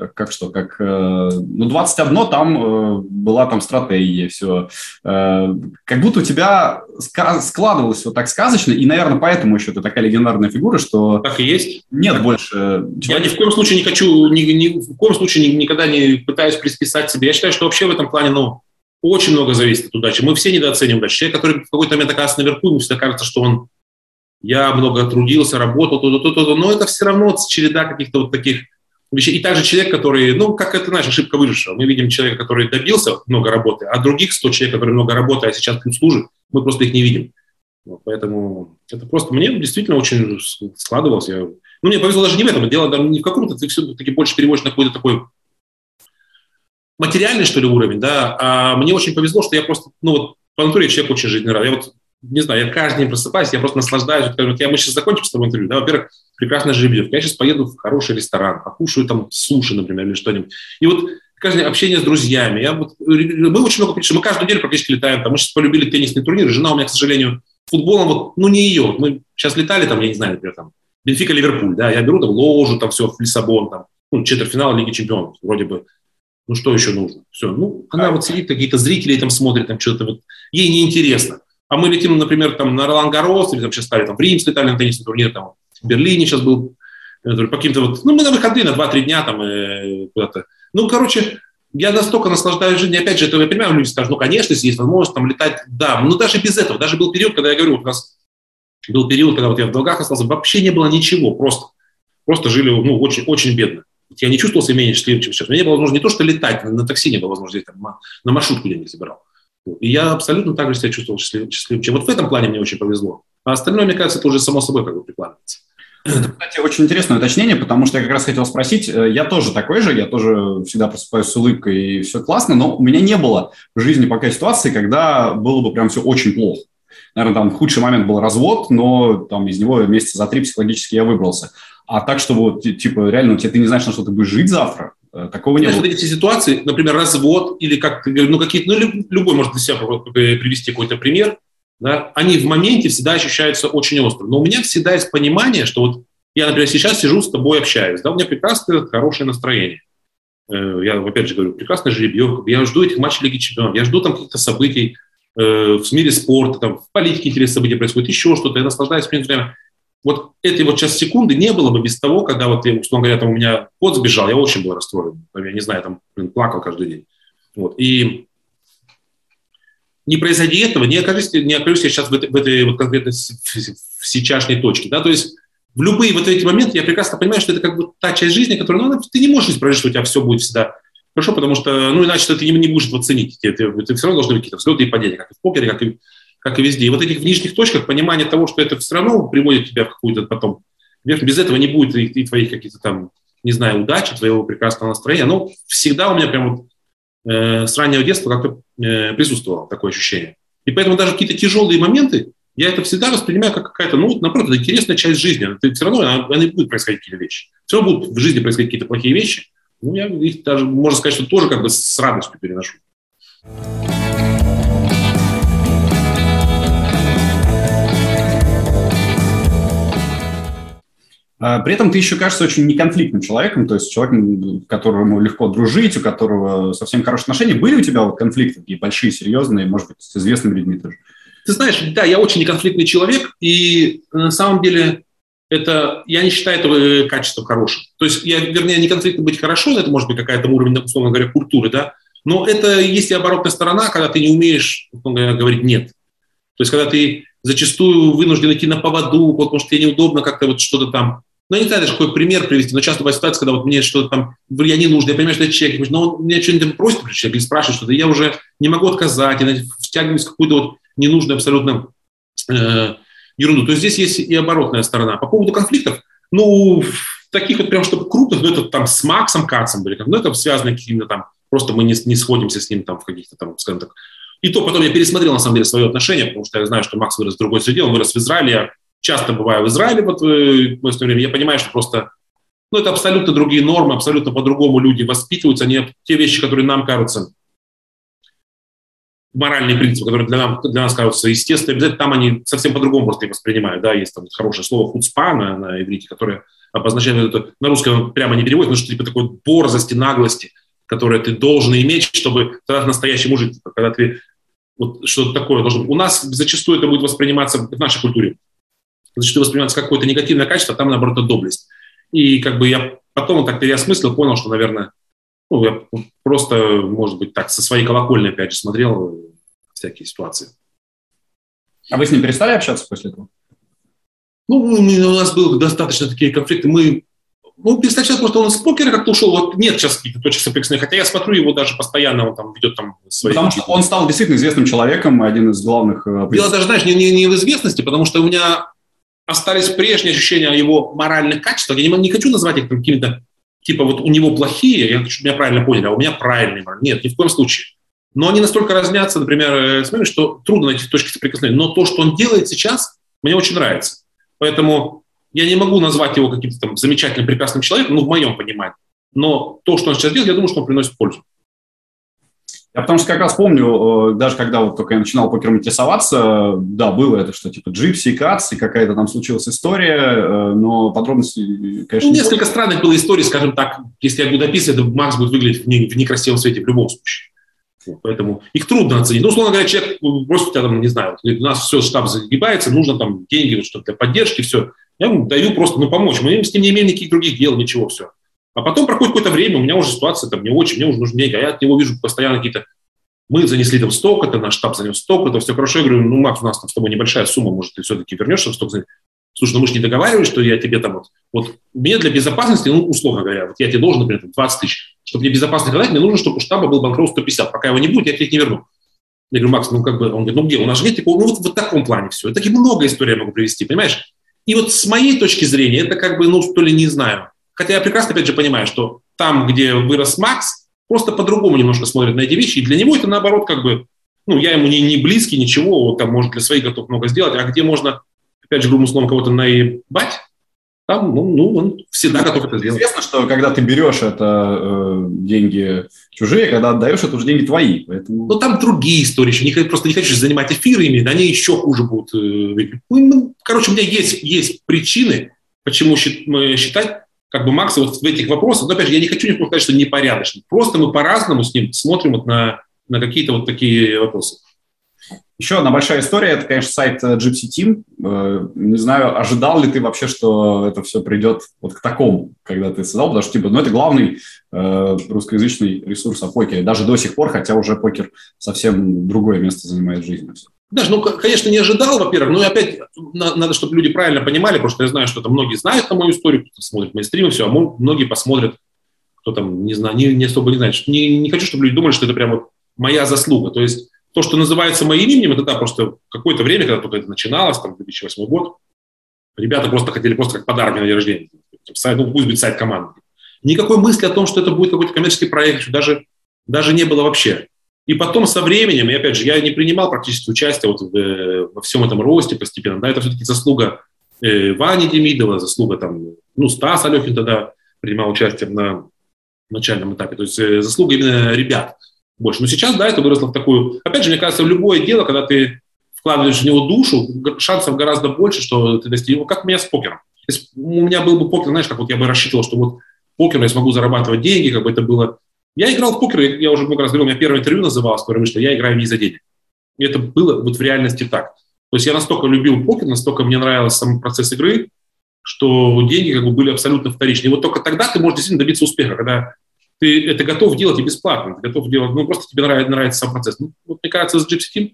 ну, 21 там была там стратегия, все. Как будто у тебя складывалось вот так сказочно, и, наверное, поэтому еще ты такая легендарная фигура, что... Так и есть. Нет так больше... Я ни в коем случае не хочу, ни в коем случае никогда не пытаюсь присписать себе. Я считаю, что вообще в этом плане, ну, очень много зависит от удачи. Мы все недооцениваем удачу. Человек, который в какой-то момент оказывается наверху, ему всегда кажется, что я много трудился, работал, но это все равно череда каких-то вот таких вещей. И также человек, который, ну, как это, знаешь, ошибка выжившего. Мы видим человека, который добился много работы, а других 100 человек, которые много работают, а сейчас плюс служат, мы просто их не видим. Вот, поэтому это просто мне действительно очень складывалось. Ну, мне повезло даже не в этом. Дело там не в каком-то, ты все-таки больше переводишь на какой-то такой материальный, что ли, уровень, да. А мне очень повезло, что я просто, ну, вот по натуре человек очень жизнерадостный. Я вот, не знаю, я каждый день просыпаюсь, я просто наслаждаюсь. Вот, мы сейчас закончим с тобой интервью, да, во-первых, прекрасная жеребьевка. Я сейчас поеду в хороший ресторан, покушаю там суши, например, или что-нибудь. И вот каждое общение с друзьями. Мы очень много пишем, мы каждую неделю практически летаем. Там, мы сейчас полюбили теннисный турнир. Жена у меня, к сожалению, футболом, вот, ну, не ее. Мы сейчас летали, там, я не знаю, например, там, Бенфика-Ливерпуль, да, я беру там ложу, там все, в Лиссабон, там, ну, четвертьфинал Лиги Чемпионов, вроде бы, ну, что еще нужно? Все, ну, она вот сидит, какие-то зрители там смотрят, там, что-то вот, ей неинтересно. А мы летим, например, там, на Ролан-Гарос, или там сейчас стали, там, в Рим слетали на теннисный турнир, там, в Берлине сейчас был, по каким-то вот, ну, мы на выходные, на 2-3 дня, там, куда-то. Ну, короче, я настолько наслаждаюсь жизнью, опять же, это я понимаю, люди скажут, ну, конечно, если есть возможность там летать, да, но даже без этого, даже был период, когда я говорю, вот у нас был период, когда вот я в долгах остался, вообще не было ничего, просто жили, ну, очень, очень бедно. Я не чувствовал себя менее счастливым, чем сейчас. У меня не было возможности не то, что летать, на такси не было возможности, там, на маршрутку деньги собирал. И я абсолютно так же себя чувствовал счастливым, чем вот в этом плане мне очень повезло. А остальное, мне кажется, это уже само собой как бы прикладывается. Это, кстати, очень интересное уточнение, потому что я как раз хотел спросить, я тоже такой же, я тоже всегда просыпаюсь с улыбкой, и все классно, но у меня не было в жизни пока ситуации, когда было бы прям все очень плохо. Наверное, там худший момент был развод, но там из него месяца за 3 психологически я выбрался. А так, что вот, типа, реально, ты не знаешь, на что ты будешь жить завтра, такого не было. Вот эти ситуации, например, развод или как ты говоришь, ну, какие-то, ну, любой может для себя привести какой-то пример, да, они в моменте всегда ощущаются очень остро. Но у меня всегда есть понимание, что вот я, например, сейчас сижу с тобой, общаюсь, да, у меня прекрасное, хорошее настроение. Я, опять же, говорю, прекрасная жеребьевка, я жду этих матчей Лиги Чемпионов, я жду там каких-то событий в мире спорта, там, в политике интересные события происходят, еще что-то, я наслаждаюсь время. Вот этой вот сейчас секунды не было бы без того, когда вот, условно говоря, там у меня кот сбежал, я очень был расстроен, я не знаю, там, плакал каждый день. Вот. И не произойди этого, не окажусь я сейчас в этой вот конкретно в сейчасшней точке. Да? То есть в любые вот эти моменты я прекрасно понимаю, что это как бы та часть жизни, которую, ну, ты не можешь прожить, что у тебя все будет всегда хорошо, потому что, ну, иначе ты не будешь его ценить. Ты все равно должны быть какие-то взлеты и падения, как и в покере, как и везде. И вот этих в нижних точках понимание того, что это все равно приводит тебя в какую-то потом... Без этого не будет и твоих каких-то там, не знаю, удачи, твоего прекрасного настроения. Но всегда у меня прям вот с раннего детства как-то присутствовало такое ощущение. И поэтому даже какие-то тяжелые моменты я это всегда воспринимаю как какая-то, ну, наоборот, это интересная часть жизни. Ты все равно, она и будет происходить какие-то вещи. Все равно будут в жизни происходить какие-то плохие вещи. Ну, я их даже, можно сказать, что тоже как бы с радостью переношу. При этом ты еще кажешься очень неконфликтным человеком, то есть человеком, которому легко дружить, у которого совсем хорошие отношения. Были у тебя вот конфликты такие большие, серьезные, может быть, с известными людьми тоже? Ты знаешь, да, я очень неконфликтный человек, и на самом деле я не считаю этого качеством хорошим. То есть, вернее, неконфликтно быть хорошо, это может быть какая-то уровень, условно говоря, культуры, да, но это есть и оборотная сторона, когда ты не умеешь, условно говоря, говорить «нет». То есть, когда ты зачастую вынужден идти на поводу, потому что тебе неудобно как-то вот что-то там. Ну, я не знаю даже какой пример привести, но часто бывает ситуация, когда вот мне что-то там, я не нужно, я понимаю, что это человек, но он меня что-нибудь просит, человек, или спрашивает что-то, я уже не могу отказать, я втягиваюсь в какую-то вот ненужную абсолютно ерунду. То есть здесь есть и оборотная сторона. По поводу конфликтов, ну, таких вот прям, чтобы крупных, ну, это там с Максом Кацем были, ну, это связано какими-то там, просто мы не сходимся с ним там в каких-то там, скажем так. И то потом я пересмотрел, на самом деле, свое отношение, потому что я знаю, что Макс вырос в другой среде, он вырос в Израиле, я часто бываю в Израиле вот, в это время, я понимаю, что просто, ну, это абсолютно другие нормы, абсолютно по-другому люди воспитываются, они те вещи, которые нам кажутся, моральные принципы, которые для нас кажутся естественными, обязательно там они совсем по-другому просто их воспринимают, да, есть там хорошее слово «хуцпа» на иврите, которое обозначает это, на русском прямо не переводит, но что типа такой борзости, наглости, которое ты должен иметь, чтобы тогда настоящий мужик, когда ты вот что-то такое должен. У нас зачастую это будет восприниматься в нашей культуре, зачастую восприниматься как какое-то негативное качество, а там, наоборот, это доблесть. И как бы я потом так переосмыслил, понял, что, наверное, ну, я просто, может быть, так со своей колокольни опять же смотрел всякие ситуации. А вы с ним перестали общаться после этого? Ну, у нас были достаточно такие конфликты. Перестали общаться, потому что он с покера как-то ушел. Вот нет сейчас каких-то точек соприкосновения. Хотя я смотрю его даже постоянно, он там ведет там свои... Потому что он стал действительно известным человеком, один из главных... Дело даже, знаешь, не в известности, потому что у меня остались прежние ощущения о его моральных качествах. Я не хочу назвать их какими-то, типа вот у него плохие, я хочу, чтобы меня правильно поняли, а у меня правильные. Нет, ни в коем случае. Но они настолько разнятся, например, с моими, что трудно найти точки соприкосновения. Но то, что он делает сейчас, мне очень нравится. Поэтому я не могу назвать его каким-то там замечательным, прекрасным человеком, ну, в моем понимании. Но то, что он сейчас делает, я думаю, что он приносит пользу. Я потому что как раз помню, даже когда вот только я начинал покером интересоваться, да, было это, что типа Джипси, Кац, и какая-то там случилась история, но подробности, конечно... Ну, несколько странных было историй, скажем так, если я буду описывать, то Макс будет выглядеть в некрасивом свете в любом случае. Поэтому их трудно оценить. Ну, условно говоря, человек просто, я там, не знаю, у нас все, штаб загибается, нужно там деньги, вот, что-то для поддержки, все. Я ему даю просто, помочь. Мы с ним не имеем никаких других дел, ничего, все. А потом проходит какое-то время, у меня уже ситуация там не очень, мне уже нужны деньги, а я от него вижу постоянно какие-то, мы занесли там столько-то, наш штаб занес столько-то, все хорошо. Я говорю, Макс, у нас там с тобой небольшая сумма, может, ты все-таки вернешь, чтобы столько занять. Слушай, мы же не договаривались, что я тебе там вот мне для безопасности, условно говоря, вот я тебе должен, например, 20 тысяч. Чтобы мне безопасно гадать, мне нужно, чтобы у штаба был банкрот 150. Пока его не будет, я тебе их не верну. Я говорю, Макс, он говорит, где? У нас же нет такого, вот в таком плане все. Это много историй я могу привести, понимаешь? И вот с моей точки зрения, это что ли, не знаю. Хотя я прекрасно, опять же, понимаю, что там, где вырос Макс, просто по-другому немножко смотрят на эти вещи. И для него это, наоборот, я ему не близкий, ничего, там, может, для своих готов много сделать. А где можно, опять же, грубым словом, кого-то наебать, там, он всегда готов это сделать. Известно, что когда ты берешь это деньги чужие, когда отдаешь, это уже деньги твои. Поэтому... Но там другие истории еще. Просто не хочу занимать эфиры ими, они еще хуже будут. Короче, у меня есть причины, почему считать, Макса вот в этих вопросах. Но, опять же, я не хочу никому сказать, что непорядочный. Просто мы по-разному с ним смотрим вот на какие-то вот такие вопросы. Еще одна большая история, это, конечно, сайт Gypsy Team. Не знаю, ожидал ли ты вообще, что это все придет вот к такому, когда ты создал, потому что, это главный русскоязычный ресурс о покере. Даже до сих пор, хотя уже покер совсем другое место занимает в жизни. Даже, конечно, не ожидал, во-первых, но опять надо, чтобы люди правильно понимали, потому что я знаю, что там многие знают на мою историю, кто-то смотрит мои стримы, все, а многие посмотрят, кто там, не знаю, не особо не знает. Не хочу, чтобы люди думали, что это прям моя заслуга. То есть то, что называется моим именем, это просто какое-то время, когда только это начиналось, там, 2008 год, ребята просто хотели как подарок на день рождения. Пусть будет сайт команды. Никакой мысли о том, что это будет какой-то коммерческий проект, даже не было вообще. И потом со временем, и опять же, я не принимал практически участие во всем этом росте постепенно. Да, это все-таки заслуга Вани Демидова, заслуга Стас Алехин тогда принимал участие на начальном этапе. То есть заслуга именно ребят больше. Но сейчас, да, это выросло в такую... Опять же, мне кажется, в любое дело, когда ты вкладываешь в него душу, шансов гораздо больше, что ты достигнешь. Как у меня с покером. Если у меня был бы покер, знаешь, как я бы рассчитывал, что покер я смогу зарабатывать деньги, это было... Я играл в покер, я уже много раз говорил, у меня первое интервью называлось, которое вышло, я играю не за денег. И это было в реальности так. То есть я настолько любил покер, настолько мне нравился сам процесс игры, что деньги были абсолютно вторичны. И вот только тогда ты можешь действительно добиться успеха, когда ты это готов делать и бесплатно, ты готов делать, просто тебе нравится сам процесс. Мне кажется, с Gypsy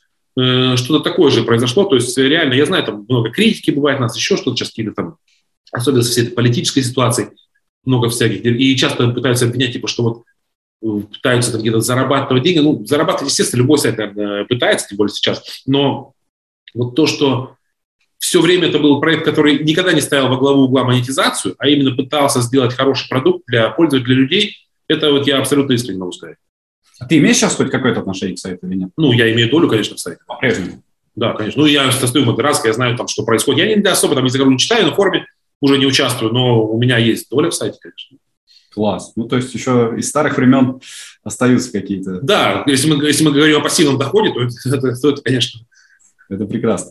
Team что-то такое же произошло. То есть реально, я знаю, там много критики бывает, нас еще что-то, сейчас какие-то там, особенно со всей этой политической ситуацией, много всяких. И часто пытаются обвинять, что пытаются там где-то зарабатывать деньги. Зарабатывать, естественно, любой сайт, наверное, пытается, тем более сейчас. Но вот то, что все время это был проект, который никогда не ставил во главу угла монетизацию, а именно пытался сделать хороший продукт для пользователей, для людей, это я абсолютно искренне могу сказать. А ты имеешь сейчас хоть какое-то отношение к сайту или нет? Я имею долю, конечно, в сайте. По-прежнему? Да, конечно. Я состою в модерации, я знаю, что происходит. Я не особо там языком не читаю, на форуме уже не участвую, но у меня есть доля в сайте, конечно. Класс. То есть еще из старых времен остаются какие-то... Да, если мы говорим о пассивном доходе, то это конечно... Это прекрасно.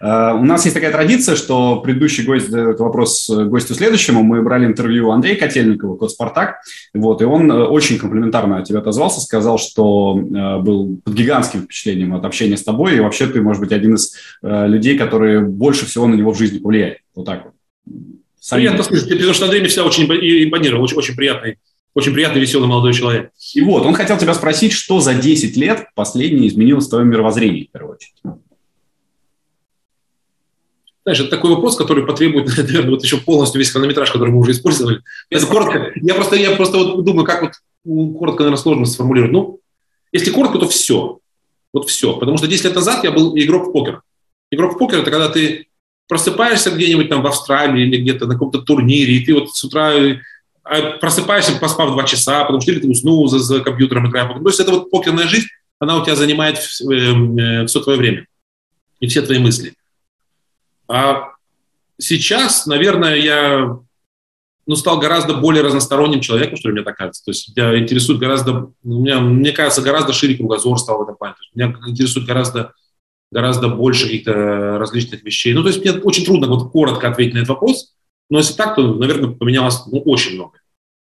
У нас есть такая традиция, что предыдущий гость задает вопрос гостю следующему. Мы брали интервью у Андрея Котельникова, код «Спартак». И он очень комплиментарно от тебя отозвался, сказал, что был под гигантским впечатлением от общения с тобой. И вообще ты, может быть, один из людей, которые больше всего на него в жизни повлияет. Вот так вот. Приятно слышать, потому что Андрей меня всегда очень импонировал. Очень приятный, веселый молодой человек. И он хотел тебя спросить, что за 10 лет последнее изменилось в твоем мировоззрении, в первую очередь. Знаешь, это такой вопрос, который потребует, наверное, еще полностью весь хронометраж, который мы уже использовали. Это коротко. Я просто думаю, как коротко, наверное, сложно сформулировать. Если коротко, то все. Все. Потому что 10 лет назад я был игрок в покер. Игрок в покер – это когда ты просыпаешься где-нибудь там в Австралии или где-то на каком-то турнире, и ты вот с утра просыпаешься, поспав 2 часа, потому что ты уснул за компьютером играешь. То есть это вот покерная жизнь, она у тебя занимает все твое время и все твои мысли. А сейчас, наверное, я стал гораздо более разносторонним человеком, что ли, мне так кажется. То есть меня интересует мне кажется, гораздо шире кругозор стал в этом плане. Меня интересует гораздо больше каких-то различных вещей. То есть мне очень трудно вот коротко ответить на этот вопрос, но если так, то, наверное, поменялось очень много.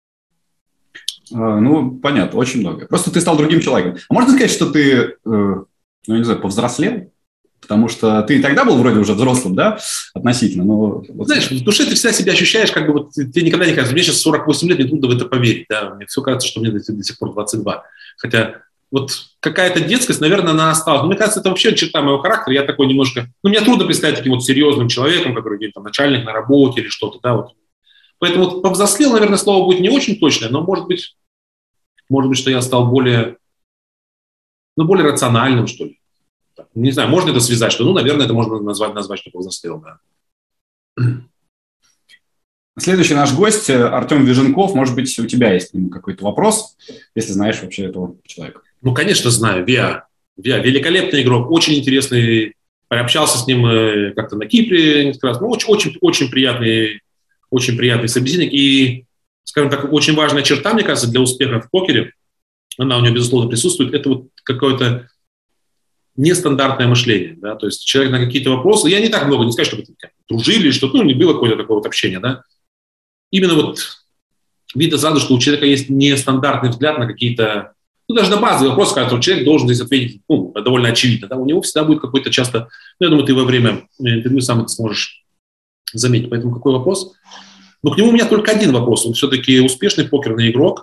Понятно, очень много. Просто ты стал другим человеком. А можно сказать, что ты, не знаю, повзрослел? Потому что ты и тогда был вроде уже взрослым, да, относительно. Но знаешь, в душе ты всегда себя ощущаешь, как бы вот тебе никогда не кажется. Мне сейчас 48 лет, мне трудно в это поверить. Да? Мне все кажется, что мне до сих пор 22. Хотя вот какая-то детскость, наверное, она осталась. Но мне кажется, это вообще черта моего характера. Я такой немножко... мне трудно представить таким вот серьезным человеком, который где-то начальник на работе или что-то, да, вот. Поэтому вот повзрослел, наверное, слово будет не очень точное, но может быть, что я стал более рациональным, что ли. Не знаю, можно это связать, что, наверное, это можно назвать, что повзрослел, да. Следующий наш гость Артем Виженков. Может быть, у тебя есть к нему какой-то вопрос, если знаешь вообще этого человека. Конечно, знаю. Виа. Великолепный игрок, очень интересный. Общался с ним как-то на Кипре несколько раз. Очень приятный собеседник. И, скажем так, очень важная черта, мне кажется, для успеха в покере, она у него, безусловно, присутствует, это вот какое-то нестандартное мышление, да, то есть человек на какие-то вопросы, я не так много, не сказать, чтобы дружили, что-то, не было какое-то такое вот общение, да, именно вот видно сразу, что у человека есть нестандартный взгляд на какие-то, даже на базовые вопросы, когда человек должен здесь ответить, довольно очевидно, да, у него всегда будет какой-то часто, я думаю, ты во время интервью сам это сможешь заметить, поэтому какой вопрос? К нему у меня только один вопрос, он все-таки успешный покерный игрок.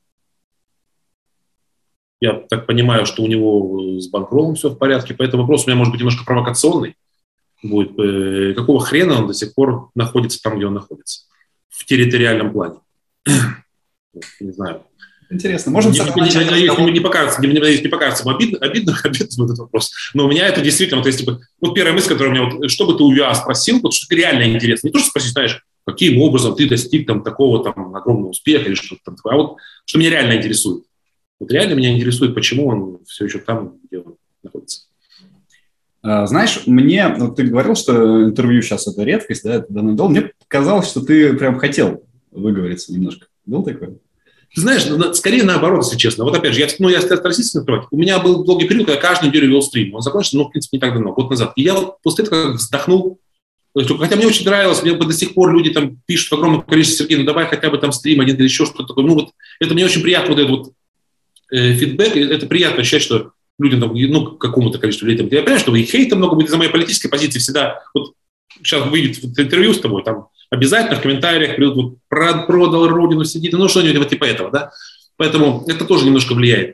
Я так понимаю, что у него с банкроллом все в порядке, поэтому вопрос у меня может быть немножко провокационный будет. Какого хрена он до сих пор находится там, где он находится? В территориальном плане. Не знаю. Интересно. Можем если не покажется обидно этот вопрос. Но у меня это действительно, то есть, первая мысль, которая у меня, что бы ты у ВИА спросил, вот что ты реально интересно. Не то, что спросить, знаешь, каким образом ты достиг такого огромного успеха или что-то там такое, а вот что меня реально интересует. Вот реально меня интересует, почему он все еще там, где он находится. Знаешь, ты говорил, что интервью сейчас это редкость, да, это данный дол. Мне показалось, что ты прям хотел выговориться немножко. Был такой? Ты знаешь, скорее наоборот, если честно. Вот опять же, я стараюсь открывать. У меня был долгий период, когда каждую неделю вел стрим. Он закончился, в принципе, не так давно, год назад. И я вот после этого вздохнул. Хотя мне очень нравилось, мне до сих пор люди там пишут в огромном количестве: Сергей, давай хотя бы там стрим один или еще что-то такое. Это мне очень приятно, вот этот фидбэк, это приятно ощущать, что людям, какому-то количеству людей, я понимаю, что и хейта много будет из-за моей политической позиции всегда. Вот сейчас выйдет интервью с тобой, там обязательно в комментариях придут, продал родину, сидит, что-нибудь вот типа этого, да. Поэтому это тоже немножко влияет.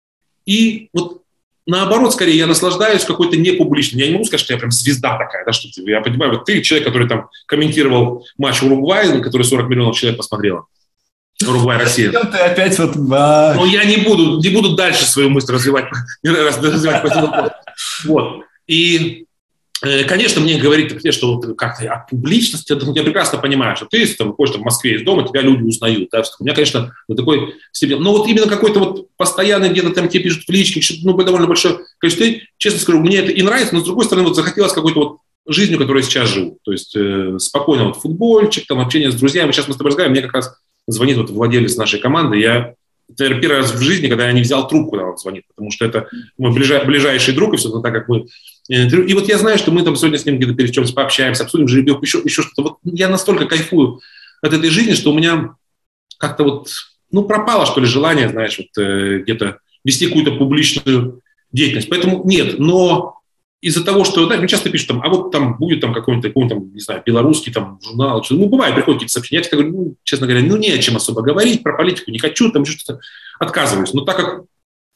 И вот наоборот, скорее, я наслаждаюсь какой-то непубличной. Я не могу сказать, что я прям звезда такая, да, что я понимаю, вот ты человек, который там комментировал матч Уругвая, который 40 миллионов человек посмотрело. Уругвай-Россия. Ты опять Но я не буду дальше свою мысль развивать по этому вопросу. Вот. И, конечно, мне говорить, что как-то о публичности, я прекрасно понимаю, что ты, если там ходишь в Москве из дома, тебя люди узнают. Да? У меня, конечно, такой себе... Но вот именно какой-то вот постоянный где-то там тебе пишут в личке, довольно большое количество. Честно скажу, мне это и нравится, но, с другой стороны, вот захотелось какой-то вот жизнью, которой я сейчас живу. То есть спокойно вот футбольчик, там общение с друзьями. Сейчас мы с тобой разговариваем, мне как раз звонит вот владелец нашей команды. Это первый раз в жизни, когда я не взял трубку, когда он звонит, потому что это мой ближайший друг, и все так как мы... И вот я знаю, что мы там сегодня с ним где-то пересечемся, пообщаемся, обсудим жеребьевку, еще что-то. Вот я настолько кайфую от этой жизни, что у меня как-то вот, пропало, что ли, желание, знаешь, вот где-то вести какую-то публичную деятельность. Поэтому нет, но из-за того, что, да, мне часто пишут, а вот там будет там какой-нибудь, не знаю, белорусский там журнал, бывает, приходят какие-то сообщения, я всегда говорю, честно говоря, не о чем особо говорить, про политику не хочу, там что-то отказываюсь. Но так как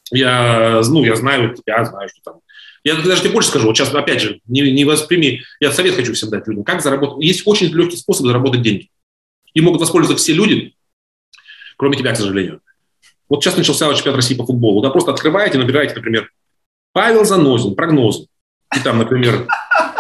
я знаю тебя, знаю, что там. Я даже тебе больше скажу, вот сейчас, опять же, не восприми, я совет хочу всем дать людям, как заработать. Есть очень легкий способ заработать деньги. И могут воспользоваться все люди, кроме тебя, к сожалению. Вот сейчас начался чемпионат России по футболу. Да, просто открываете, набираете, например, Павел Занозин, прогнозы. И там, например,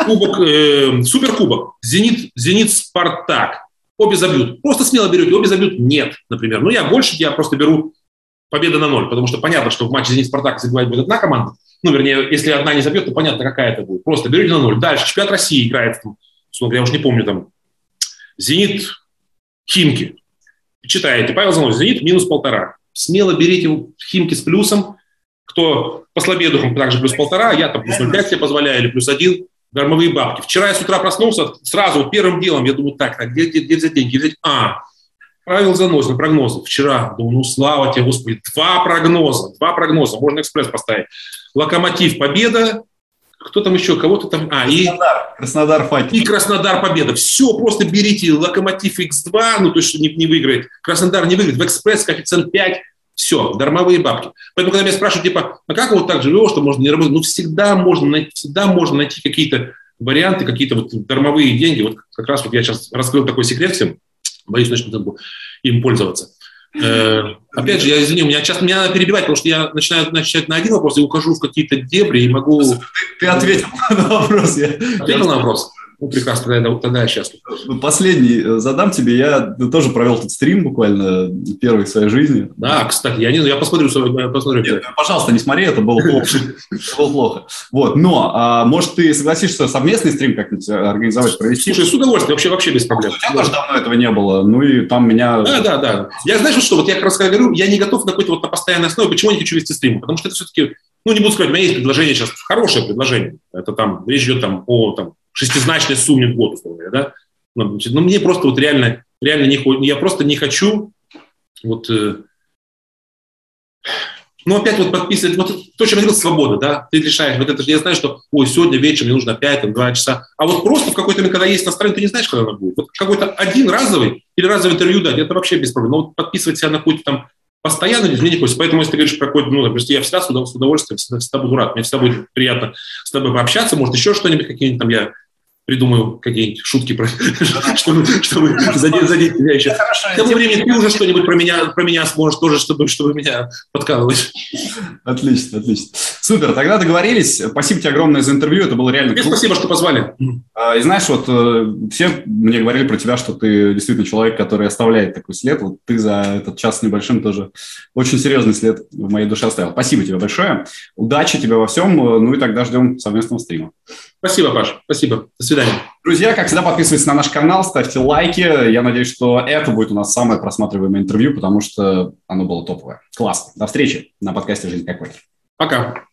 суперкубок, Зенит, Спартак. Обе забьют. Просто смело берете, обе забьют? Нет, например. Ну, я просто беру победа на 0, потому что понятно, что в матче Зенит-Спартак забивать будет одна команда. Ну, вернее, если одна не забьет, то понятно, какая это будет. Просто берете на 0. Дальше чемпионат России играет, я уж не помню, там, Зенит, Химки. Читаете, Павел Заносин, Зенит минус 1,5. Смело берите Химки с плюсом. Кто послабее духом, также плюс 1,5. Я там плюс 0,5 себе позволяю, или плюс 1. Дармовые бабки. Вчера я с утра проснулся, сразу первым делом я думаю, так, где взять деньги? Где взять? Павел Заносин, прогнозы. Вчера, думаю, слава тебе, Господи, два прогноза, можно экспресс поставить. Локомотив, победа, кто там еще, кого-то там, Краснодар, Факел. И Краснодар, победа. Все, просто берите Локомотив X2, ну, то есть не выиграет. Краснодар не выиграет, в экспресс коэффициент 5, все, дармовые бабки. Поэтому, когда меня спрашивают, типа, как вот так живешь, что можно не работать, ну, всегда можно найти какие-то варианты, какие-то вот дармовые деньги. Вот как раз вот я сейчас раскрыл такой секрет всем, боюсь, начну им пользоваться. Опять же, извини, меня надо перебивать, потому что я начинаю отвечать на один вопрос и ухожу в какие-то дебри и могу... Ты ответил на вопрос. Ответил на вопрос? Ну, прекрасно, тогда я счастлив. Последний задам тебе. Я тоже провел тут стрим буквально первый в своей жизни. Да, кстати, я посмотрю. Нет, пожалуйста, не смотри, это было плохо. Это было плохо. Вот, но, может, ты согласишься совместный стрим как-нибудь организовать, провести? Слушай, с удовольствием, вообще без проблем. У тебя тоже давно этого не было, ну и там меня... Да. Я, знаешь, что, вот я как раз говорю, я не готов на какой-то вот на постоянной основе. Почему я не хочу вести стрим? Потому что это все-таки, ну, не буду сказать, у меня есть предложение сейчас, хорошее предложение. Это там, речь идет там о шестизначной сумме в год, условно говоря, да? Но мне просто вот реально не, я просто не хочу вот, ну, опять вот подписывать, вот то, что я говорил, свобода, да, ты решаешь, вот это же я знаю, что, сегодня вечером мне нужно 5-2 часа, а вот просто в какой-то момент, когда есть настроение, ты не знаешь, когда оно будет. Вот какой-то один разовый или разовый интервью дать, это вообще без проблем. Но вот подписывать себя на какую-то там постоянно мне не хочется. Поэтому, если ты говоришь про какой-то, я всегда с удовольствием, всегда буду рад. Мне всегда будет приятно с тобой пообщаться. Может, еще что-нибудь, какие-нибудь там я придумаю, какие-нибудь шутки, чтобы задеть тебя еще. К тому времени ты уже что-нибудь про меня сможешь тоже, чтобы меня подкалывать. Отлично. Супер, тогда договорились. Спасибо тебе огромное за интервью, это было реально круто. Спасибо, что позвали. И знаешь, вот все мне говорили про тебя, что ты действительно человек, который оставляет такой след. Вот ты за этот час с небольшим тоже очень серьезный след в моей душе оставил. Спасибо тебе большое. Удачи тебе во всем. Ну и тогда ждем совместного стрима. Спасибо, Паш. Спасибо. До свидания. Друзья, как всегда, подписывайтесь на наш канал, ставьте лайки. Я надеюсь, что это будет у нас самое просматриваемое интервью, потому что оно было топовое. Классно. До встречи на подкасте «Жизнь как покер». Пока.